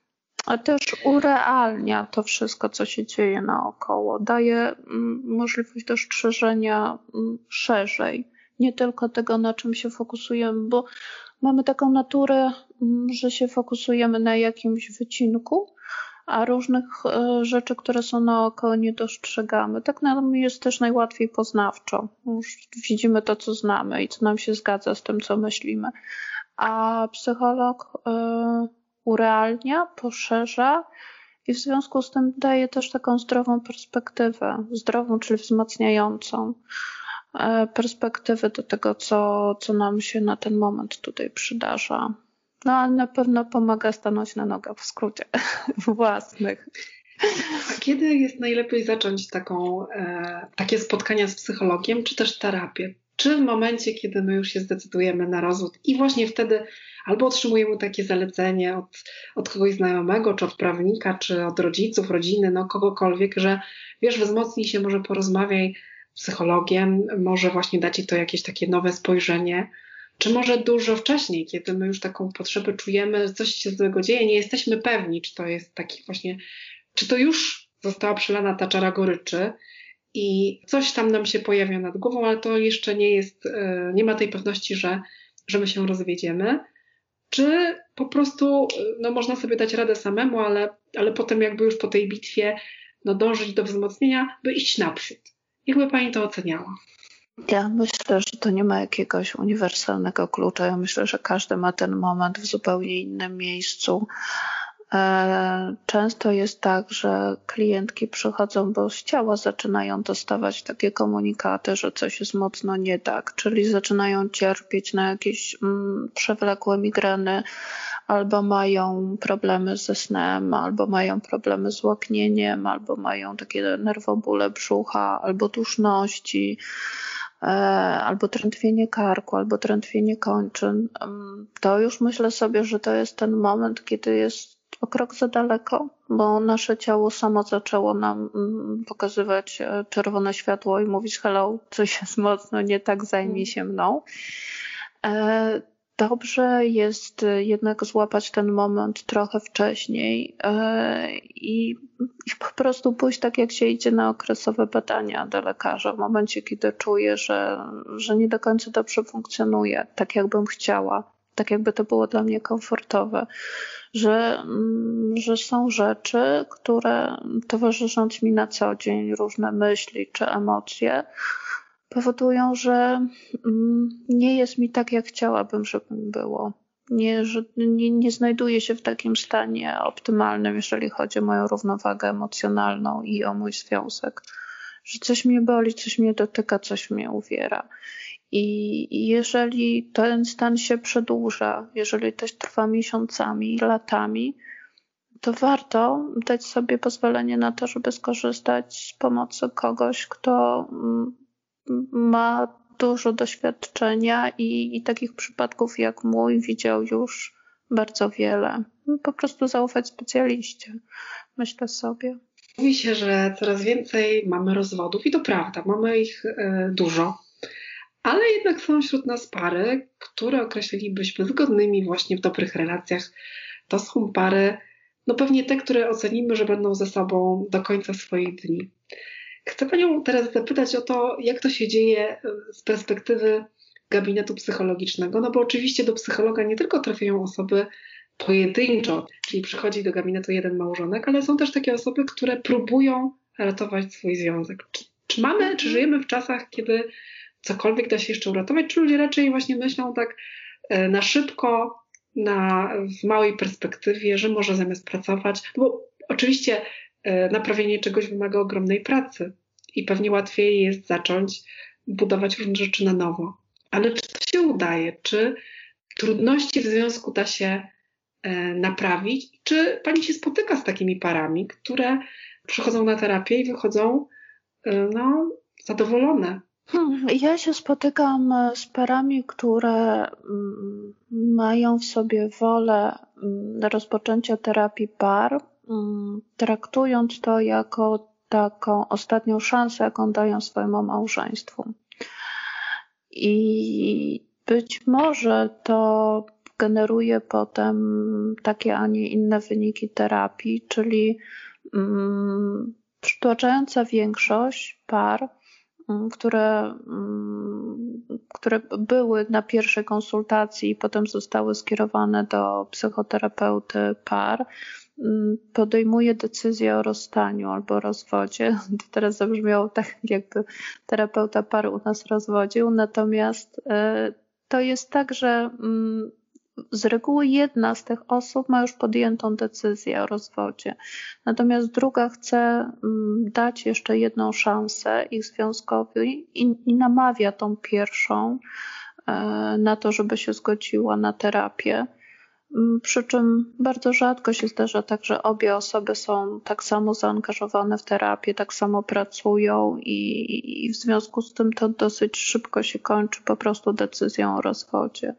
A też urealnia to wszystko, co się dzieje naokoło. Daje możliwość dostrzeżenia szerzej. Nie tylko tego, na czym się fokusujemy, bo mamy taką naturę, że się fokusujemy na jakimś wycinku, a różnych rzeczy, które są naokoło, nie dostrzegamy. Tak nam jest też najłatwiej poznawczo. Już widzimy to, co znamy i co nam się zgadza z tym, co myślimy. A psycholog urealnia, poszerza i w związku z tym daje też taką zdrową perspektywę, zdrową, czyli wzmacniającą perspektywę do tego, co nam się na ten moment tutaj przydarza. No ale na pewno pomaga stanąć na nogach, w skrócie, własnych. A kiedy jest najlepiej zacząć takie spotkania z psychologiem, czy też terapię? Czy w momencie, kiedy my już się zdecydujemy na rozwód i właśnie wtedy albo otrzymujemy takie zalecenie od kogoś znajomego, czy od prawnika, czy od rodziców, rodziny, no kogokolwiek, że wiesz, wzmocnij się, może porozmawiaj z psychologiem, może właśnie da ci to jakieś takie nowe spojrzenie, czy może dużo wcześniej, kiedy my już taką potrzebę czujemy, coś się złego dzieje, nie jesteśmy pewni, czy to jest taki właśnie, czy to już została przelana ta czara goryczy i coś tam nam się pojawia nad głową, ale to jeszcze nie jest, nie ma tej pewności, że my się rozwiedziemy, czy po prostu no, można sobie dać radę samemu, ale potem jakby już po tej bitwie no, dążyć do wzmocnienia, by iść naprzód. Jakby Pani to oceniała? Ja myślę, że to nie ma jakiegoś uniwersalnego klucza. Ja myślę, że każdy ma ten moment w zupełnie innym miejscu. Często jest tak, że klientki przychodzą, bo z ciała zaczynają dostawać takie komunikaty, że coś jest mocno nie tak, czyli zaczynają cierpieć na jakieś przewlekłe migreny, albo mają problemy ze snem, albo mają problemy z łaknieniem, albo mają takie nerwobóle brzucha, albo duszności, albo drętwienie karku, albo drętwienie kończyn. To już myślę sobie, że to jest ten moment, kiedy jest o krok za daleko, bo nasze ciało samo zaczęło nam pokazywać czerwone światło i mówić hello, coś jest mocno nie tak, zajmij się mną. Dobrze jest jednak złapać ten moment trochę wcześniej i po prostu pójść tak, jak się idzie na okresowe badania do lekarza w momencie, kiedy czuję, że nie do końca dobrze funkcjonuje, tak jakbym chciała, tak jakby to było dla mnie komfortowe, że są rzeczy, które towarzysząc mi na co dzień, różne myśli czy emocje, powodują, że nie jest mi tak, jak chciałabym, żeby mi było. Nie znajduję się w takim stanie optymalnym, jeżeli chodzi o moją równowagę emocjonalną i o mój związek. Że coś mnie boli, coś mnie dotyka, coś mnie uwiera. I jeżeli ten stan się przedłuża, jeżeli to trwa miesiącami, latami, to warto dać sobie pozwolenie na to, żeby skorzystać z pomocy kogoś, kto ma dużo doświadczenia i takich przypadków jak mój widział już bardzo wiele. Po prostu zaufać specjaliście, myślę sobie. Mówi się, że coraz więcej mamy rozwodów i to prawda, mamy ich dużo, ale jednak są wśród nas pary, które określilibyśmy zgodnymi właśnie w dobrych relacjach. To są pary, no pewnie te, które ocenimy, że będą ze sobą do końca swoich dni. Chcę Panią teraz zapytać o to, jak to się dzieje z perspektywy gabinetu psychologicznego, no bo oczywiście do psychologa nie tylko trafiają osoby pojedynczo, czyli przychodzi do gabinetu jeden małżonek, ale są też takie osoby, które próbują ratować swój związek. Czy żyjemy w czasach, kiedy cokolwiek da się jeszcze uratować, czy ludzie raczej właśnie myślą tak na szybko, w małej perspektywie, że może zamiast pracować, bo oczywiście naprawienie czegoś wymaga ogromnej pracy i pewnie łatwiej jest zacząć budować różne rzeczy na nowo. Ale czy to się udaje? Czy trudności w związku da się naprawić? Czy Pani się spotyka z takimi parami, które przychodzą na terapię i wychodzą zadowolone? Ja się spotykam z parami, które mają w sobie wolę rozpoczęcia terapii par, traktując to jako taką ostatnią szansę, jaką dają swojemu małżeństwu. I być może to generuje potem takie, a nie inne wyniki terapii, czyli przytłaczająca większość par, które były na pierwszej konsultacji i potem zostały skierowane do psychoterapeuty par, podejmuje decyzję o rozstaniu albo rozwodzie. To teraz zabrzmiało tak, jakby terapeuta par u nas rozwodził, natomiast to jest tak, że z reguły jedna z tych osób ma już podjętą decyzję o rozwodzie, natomiast druga chce dać jeszcze jedną szansę ich związkowi i namawia tą pierwszą na to, żeby się zgodziła na terapię. Przy czym bardzo rzadko się zdarza tak, że obie osoby są tak samo zaangażowane w terapię, tak samo pracują i w związku z tym to dosyć szybko się kończy po prostu decyzją o rozwodzie.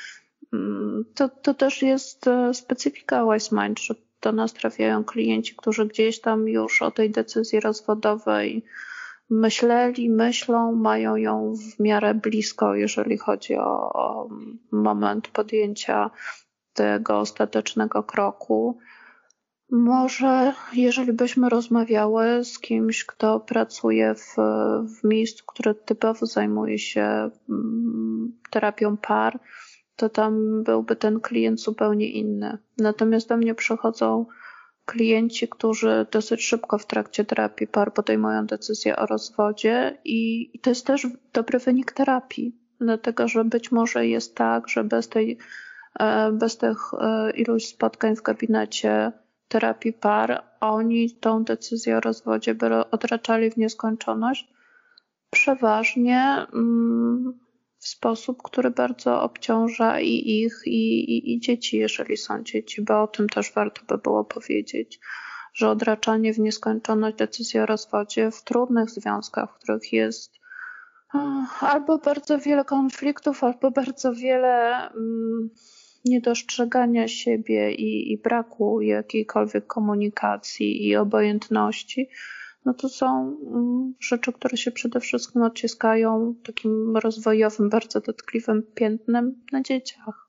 To też jest specyfika Wise Mind, że do nas trafiają klienci, którzy gdzieś tam już o tej decyzji rozwodowej myślą, mają ją w miarę blisko, jeżeli chodzi o moment podjęcia tego ostatecznego kroku. Może jeżeli byśmy rozmawiały z kimś, kto pracuje w miejscu, które typowo zajmuje się terapią par, to tam byłby ten klient zupełnie inny. Natomiast do mnie przychodzą klienci, którzy dosyć szybko w trakcie terapii par podejmują decyzję o rozwodzie i to jest też dobry wynik terapii, dlatego że być może jest tak, że bez tych iluś spotkań w gabinecie terapii par oni tą decyzję o rozwodzie by odraczali w nieskończoność, przeważnie w sposób, który bardzo obciąża i ich, i dzieci, jeżeli są dzieci, bo o tym też warto by było powiedzieć, że odraczanie w nieskończoność decyzji o rozwodzie w trudnych związkach, w których jest albo bardzo wiele konfliktów, albo bardzo wiele niedostrzegania siebie i braku jakiejkolwiek komunikacji i obojętności, no to są rzeczy, które się przede wszystkim odciskają takim rozwojowym, bardzo dotkliwym piętnem na dzieciach.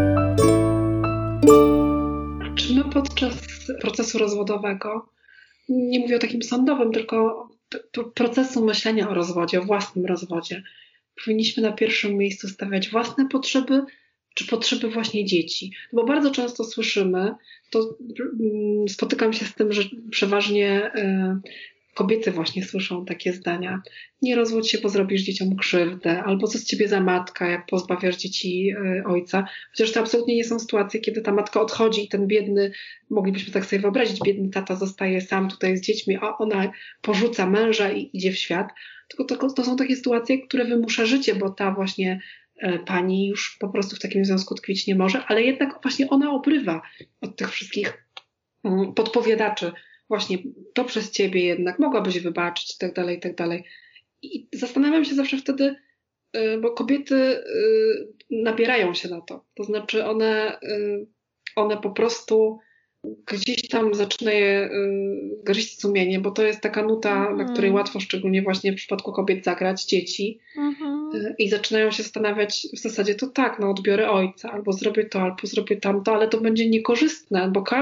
Czy my podczas procesu rozwodowego, nie mówię o takim sądowym, tylko procesu myślenia o rozwodzie, o własnym rozwodzie, powinniśmy na pierwszym miejscu stawiać własne potrzeby, czy potrzeby właśnie dzieci? Bo bardzo często słyszymy, to spotykam się z tym, że przeważnie kobiety właśnie słyszą takie zdania: nie rozwódź się, bo zrobisz dzieciom krzywdę, albo co z ciebie za matka, jak pozbawiasz dzieci ojca. Chociaż to absolutnie nie są sytuacje, kiedy ta matka odchodzi i ten biedny, moglibyśmy tak sobie wyobrazić, biedny tata zostaje sam tutaj z dziećmi, a ona porzuca męża i idzie w świat. Tylko to są takie sytuacje, które wymusza życie, bo ta właśnie pani już po prostu w takim związku tkwić nie może, ale jednak właśnie ona obrywa od tych wszystkich podpowiadaczy. Właśnie to przez ciebie jednak mogłabyś wybaczyć i tak dalej, i tak dalej. I zastanawiam się zawsze wtedy, bo kobiety nabierają się na to. To znaczy one po prostu gdzieś tam zaczyna je gryźć sumienie, bo to jest taka nuta, na której łatwo, szczególnie właśnie w przypadku kobiet, zagrać, dzieci. I zaczynają się zastanawiać w zasadzie, to tak, no odbiorę ojca, albo zrobię to, albo zrobię tamto, ale to będzie niekorzystne, bo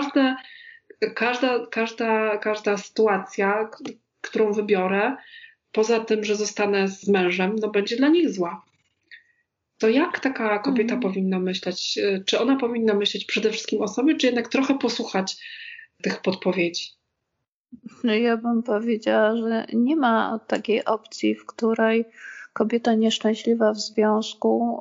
każda sytuacja, którą wybiorę, poza tym, że zostanę z mężem, no będzie dla nich zła. To jak taka kobieta powinna myśleć? Czy ona powinna myśleć przede wszystkim o sobie, czy jednak trochę posłuchać tych podpowiedzi? No ja bym powiedziała, że nie ma takiej opcji, w której kobieta nieszczęśliwa w związku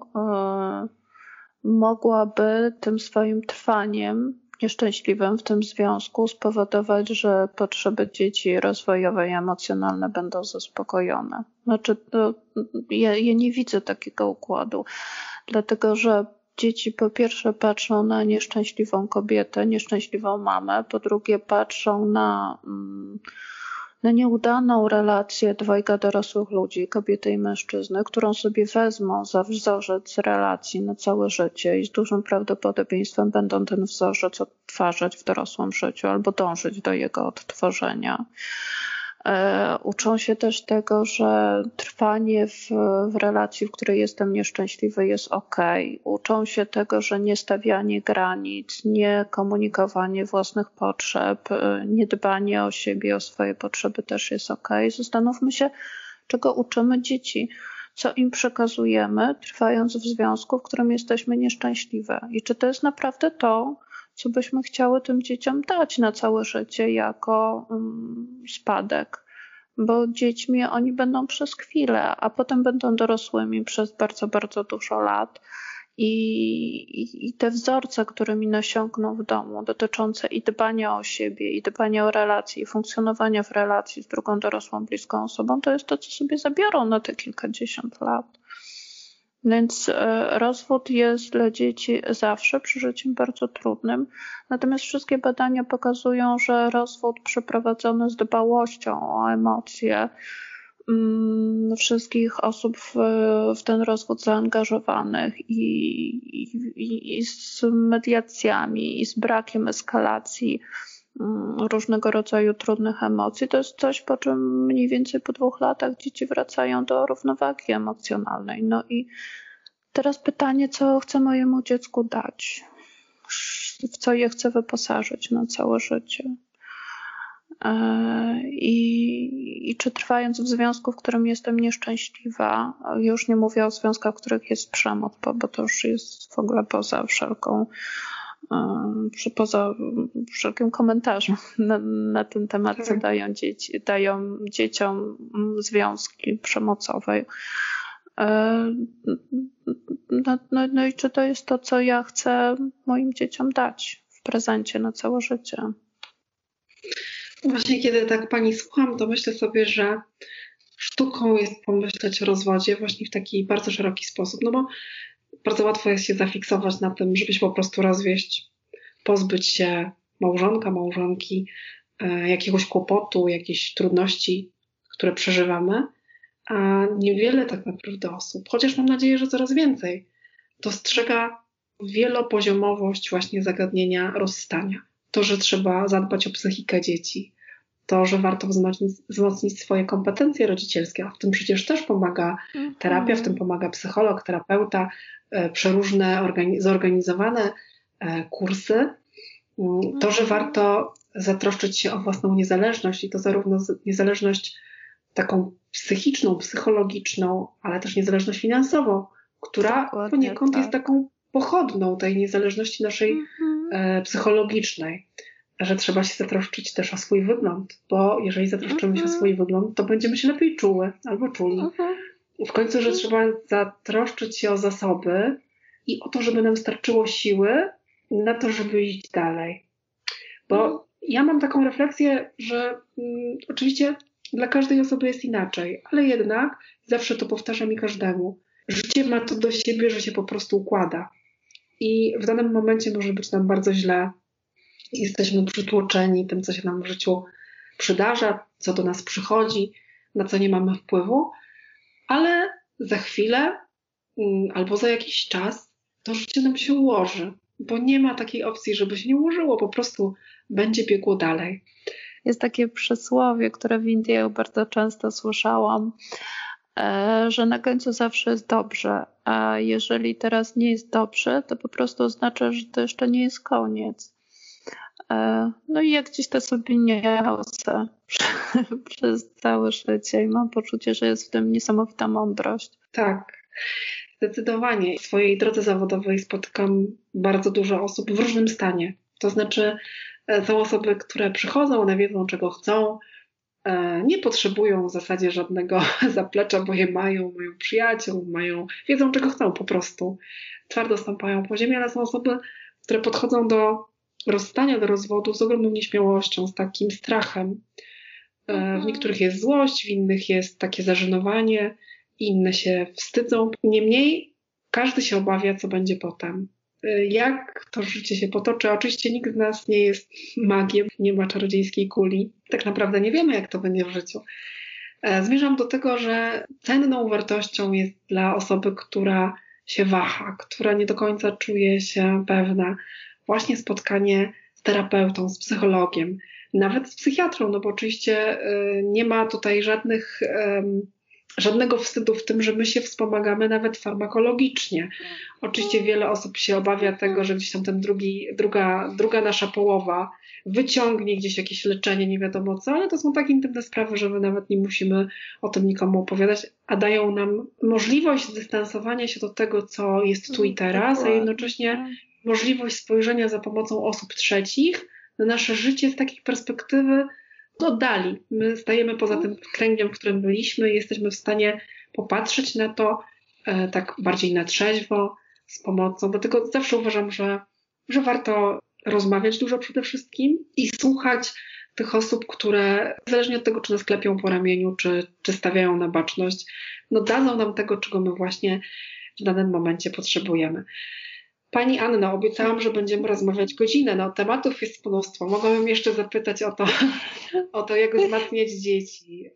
mogłaby tym swoim trwaniem nieszczęśliwym w tym związku spowodować, że potrzeby dzieci rozwojowe i emocjonalne będą zaspokojone. Znaczy, ja nie widzę takiego układu, dlatego że dzieci po pierwsze patrzą na nieszczęśliwą kobietę, nieszczęśliwą mamę, po drugie patrzą na nieudaną relację dwojga dorosłych ludzi, kobiety i mężczyzny, którą sobie wezmą za wzorzec relacji na całe życie i z dużym prawdopodobieństwem będą ten wzorzec odtwarzać w dorosłym życiu albo dążyć do jego odtworzenia. Uczą się też tego, że trwanie w relacji, w której jestem nieszczęśliwy, jest okej. Uczą się tego, że nie stawianie granic, nie komunikowanie własnych potrzeb, nie dbanie o siebie, o swoje potrzeby też jest okej. Zastanówmy się, czego uczymy dzieci, co im przekazujemy, trwając w związku, w którym jesteśmy nieszczęśliwe. I czy to jest naprawdę to, co byśmy chciały tym dzieciom dać na całe życie jako spadek. Bo dziećmi oni będą przez chwilę, a potem będą dorosłymi przez bardzo, bardzo dużo lat. I te wzorce, którymi nasiąkną w domu, dotyczące i dbania o siebie, i dbania o relacje, i funkcjonowania w relacji z drugą dorosłą, bliską osobą, to jest to, co sobie zabiorą na te kilkadziesiąt lat. Więc rozwód jest dla dzieci zawsze przeżyciem bardzo trudnym. Natomiast wszystkie badania pokazują, że rozwód przeprowadzony z dbałością o emocje wszystkich osób w ten rozwód zaangażowanych i z mediacjami, i z brakiem eskalacji różnego rodzaju trudnych emocji, to jest coś, po czym mniej więcej po 2 latach dzieci wracają do równowagi emocjonalnej. No i teraz pytanie, co chcę mojemu dziecku dać? W co je chcę wyposażyć na całe życie? I czy trwając w związku, w którym jestem nieszczęśliwa, już nie mówię o związkach, w których jest przemoc, bo to już jest w ogóle poza wszelkim komentarzem na ten temat, co dają dzieciom związki przemocowe. No i czy to jest to, co ja chcę moim dzieciom dać w prezencie na całe życie? Właśnie kiedy tak Pani słucham, to myślę sobie, że sztuką jest pomyśleć o rozwodzie właśnie w taki bardzo szeroki sposób, no bo bardzo łatwo jest się zafiksować na tym, żeby się po prostu rozwieść, pozbyć się małżonka, małżonki, jakiegoś kłopotu, jakiejś trudności, które przeżywamy, a niewiele tak naprawdę osób, chociaż mam nadzieję, że coraz więcej, dostrzega wielopoziomowość właśnie zagadnienia rozstania. To, że trzeba zadbać o psychikę dzieci, to, że warto wzmocnić swoje kompetencje rodzicielskie, a w tym przecież też pomaga terapia, w tym pomaga psycholog, terapeuta, przeróżne zorganizowane kursy. To, że warto zatroszczyć się o własną niezależność i to zarówno niezależność taką psychiczną, psychologiczną, ale też niezależność finansową, która Dokładnie, poniekąd tak. jest taką pochodną tej niezależności naszej psychologicznej, że trzeba się zatroszczyć też o swój wygląd, bo jeżeli zatroszczymy się o swój wygląd, to będziemy się lepiej czuły albo czuli. W końcu, że trzeba zatroszczyć się o zasoby i o to, żeby nam starczyło siły na to, żeby iść dalej. Bo ja mam taką refleksję, że oczywiście dla każdej osoby jest inaczej, ale jednak zawsze to powtarzam i każdemu. Życie ma to do siebie, że się po prostu układa. I w danym momencie może być nam bardzo źle. Jesteśmy przytłoczeni tym, co się nam w życiu przydarza, co do nas przychodzi, na co nie mamy wpływu, ale za chwilę albo za jakiś czas to życie nam się ułoży, bo nie ma takiej opcji, żeby się nie ułożyło, po prostu będzie biegło dalej. Jest takie przysłowie, które w Indiach bardzo często słyszałam, że na końcu zawsze jest dobrze, a jeżeli teraz nie jest dobrze, to po prostu oznacza, że to jeszcze nie jest koniec. No i jak gdzieś to sobie niosę przez całe życie i mam poczucie, że jest w tym niesamowita mądrość. Tak, zdecydowanie. W swojej drodze zawodowej spotykam bardzo dużo osób w różnym stanie. To znaczy są osoby, które przychodzą, one wiedzą, czego chcą, nie potrzebują w zasadzie żadnego zaplecza, bo je mają przyjaciół, wiedzą, czego chcą po prostu. Twardo stąpają po ziemi, ale są osoby, które podchodzą do rozstania, do rozwodu z ogromną nieśmiałością, z takim strachem. W niektórych jest złość, w innych jest takie zażenowanie, inne się wstydzą. Niemniej każdy się obawia, co będzie potem. Jak to życie się potoczy? Oczywiście nikt z nas nie jest magiem, nie ma czarodziejskiej kuli. Tak naprawdę nie wiemy, jak to będzie w życiu. Zmierzam do tego, że cenną wartością jest dla osoby, która się waha, która nie do końca czuje się pewna, właśnie spotkanie z terapeutą, z psychologiem, nawet z psychiatrą, no bo oczywiście nie ma tutaj żadnego wstydu w tym, że my się wspomagamy nawet farmakologicznie. Oczywiście wiele osób się obawia tego, że gdzieś tam druga nasza połowa wyciągnie gdzieś jakieś leczenie, nie wiadomo co, ale to są tak intymne sprawy, że my nawet nie musimy o tym nikomu opowiadać, a dają nam możliwość zdystansowania się do tego, co jest tu i teraz, a jednocześnie możliwość spojrzenia za pomocą osób trzecich na nasze życie z takiej perspektywy oddali. My stajemy poza tym kręgiem, w którym byliśmy i jesteśmy w stanie popatrzeć na to tak bardziej na trzeźwo, z pomocą. Dlatego zawsze uważam, że warto rozmawiać dużo przede wszystkim i słuchać tych osób, które zależnie od tego, czy nas klepią po ramieniu, czy stawiają na baczność, no dadzą nam tego, czego my właśnie w danym momencie potrzebujemy. Pani Anno, obiecałam, że będziemy rozmawiać godzinę. No, tematów jest mnóstwo. Mogłabym jeszcze zapytać o to, jak wzmacniać dzieci.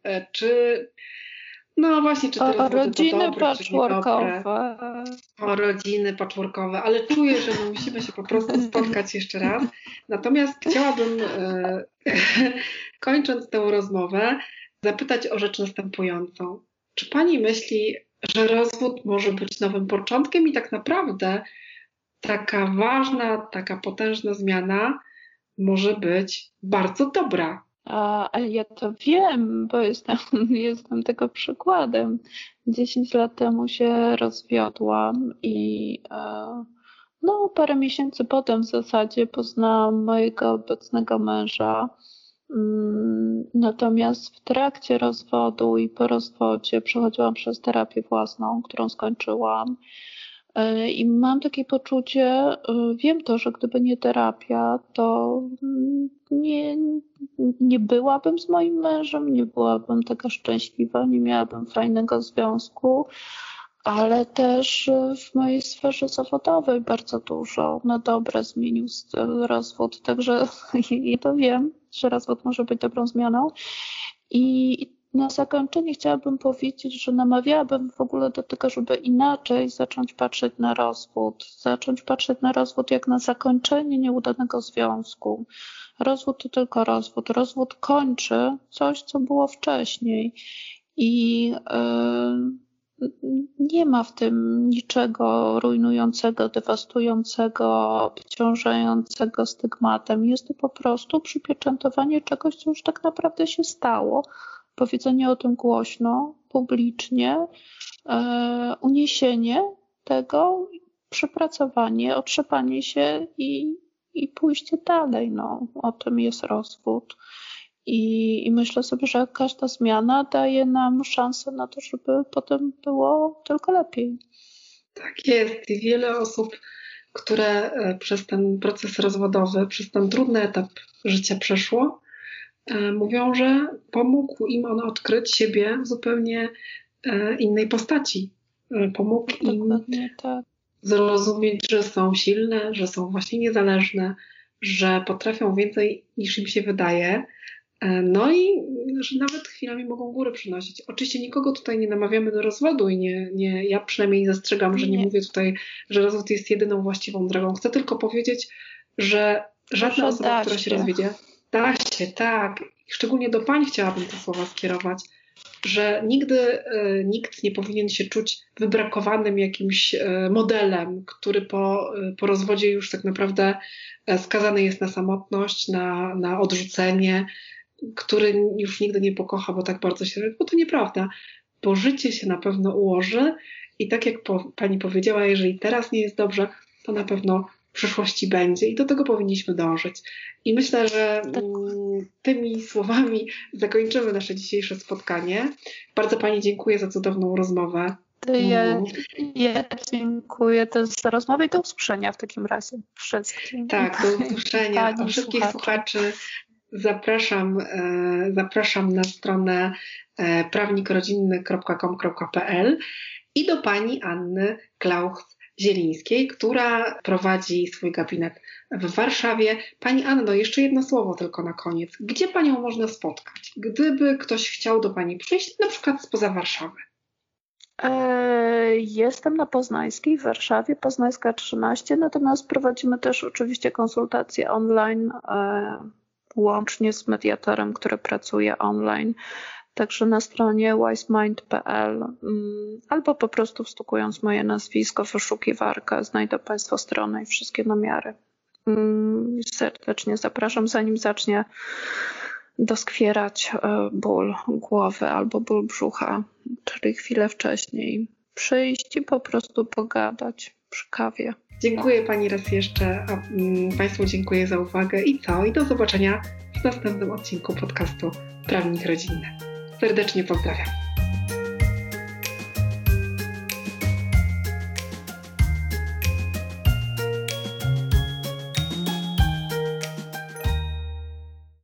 No właśnie, czy te rozwody rodziny to dobre, czy niedobre. O rodziny patchworkowe, ale czuję, że my musimy się po prostu spotkać jeszcze raz. Natomiast chciałabym, kończąc tę rozmowę, zapytać o rzecz następującą. Czy pani myśli, że rozwód może być nowym początkiem i tak naprawdę taka ważna, taka potężna zmiana może być bardzo dobra? Ale ja to wiem, bo jestem tego przykładem. 10 lat temu się rozwiodłam i parę miesięcy potem w zasadzie poznałam mojego obecnego męża. Natomiast w trakcie rozwodu i po rozwodzie przechodziłam przez terapię własną, którą skończyłam. I mam takie poczucie, wiem to, że gdyby nie terapia, to nie byłabym z moim mężem, nie byłabym taka szczęśliwa, nie miałabym fajnego związku, ale też w mojej sferze zawodowej bardzo dużo na dobre zmienił rozwód. Także ja to wiem, że rozwód może być dobrą zmianą. I na zakończenie chciałabym powiedzieć, że namawiałabym w ogóle do tego, żeby inaczej zacząć patrzeć na rozwód. Zacząć patrzeć na rozwód jak na zakończenie nieudanego związku. Rozwód to tylko rozwód. Rozwód kończy coś, co było wcześniej. I nie ma w tym niczego rujnującego, dewastującego, obciążającego stygmatem. Jest to po prostu przypieczętowanie czegoś, co już tak naprawdę się stało. Powiedzenie o tym głośno, publicznie, uniesienie tego, przepracowanie, otrzepanie się i pójście dalej. No, o tym jest rozwód. I myślę sobie, że każda zmiana daje nam szansę na to, żeby potem było tylko lepiej. Tak jest. I wiele osób, które przez ten proces rozwodowy, przez ten trudny etap życia przeszło, mówią, że pomógł im on odkryć siebie w zupełnie innej postaci. Pomógł im zrozumieć, że są silne, że są właśnie niezależne, że potrafią więcej niż im się wydaje. No i że nawet chwilami mogą góry przynosić. Oczywiście nikogo tutaj nie namawiamy do rozwodu i ja przynajmniej zastrzegam, że nie mówię tutaj, że rozwód jest jedyną właściwą drogą. Chcę tylko powiedzieć, że żadna osoba, która się rozwiedzie, da się, tak. Szczególnie do pań chciałabym te słowa skierować, że nigdy nikt nie powinien się czuć wybrakowanym jakimś modelem, który po rozwodzie już tak naprawdę skazany jest na samotność, na odrzucenie, który już nigdy nie pokocha, bo tak bardzo się... Bo to nieprawda, bo życie się na pewno ułoży i tak jak pani powiedziała, jeżeli teraz nie jest dobrze, to na pewno w przyszłości będzie i do tego powinniśmy dążyć. I myślę, że tymi słowami zakończymy nasze dzisiejsze spotkanie. Bardzo pani dziękuję za cudowną rozmowę. Ja dziękuję też za rozmowę i do usłyszenia w takim razie wszystkim. Tak, do usłyszenia. A wszystkich słuchaczy zapraszam na stronę prawnikrodzinny.com.pl i do pani Anny Klauch-Zielińskiej, która prowadzi swój gabinet w Warszawie. Pani Anno, jeszcze jedno słowo tylko na koniec. Gdzie panią można spotkać? Gdyby ktoś chciał do pani przyjść, na przykład spoza Warszawy. Jestem na Poznańskiej w Warszawie, Poznańska 13, natomiast prowadzimy też oczywiście konsultacje online łącznie z mediatorem, który pracuje online. Także na stronie wisemind.pl albo po prostu wstukując moje nazwisko w wyszukiwarkę znajdą Państwo stronę i wszystkie namiary. Serdecznie zapraszam, zanim zacznie doskwierać ból głowy albo ból brzucha, czyli chwilę wcześniej przyjść i po prostu pogadać przy kawie. Dziękuję Pani raz jeszcze, a Państwu dziękuję za uwagę i do zobaczenia w następnym odcinku podcastu Prawnik Rodzinny. Serdecznie pozdrawiam.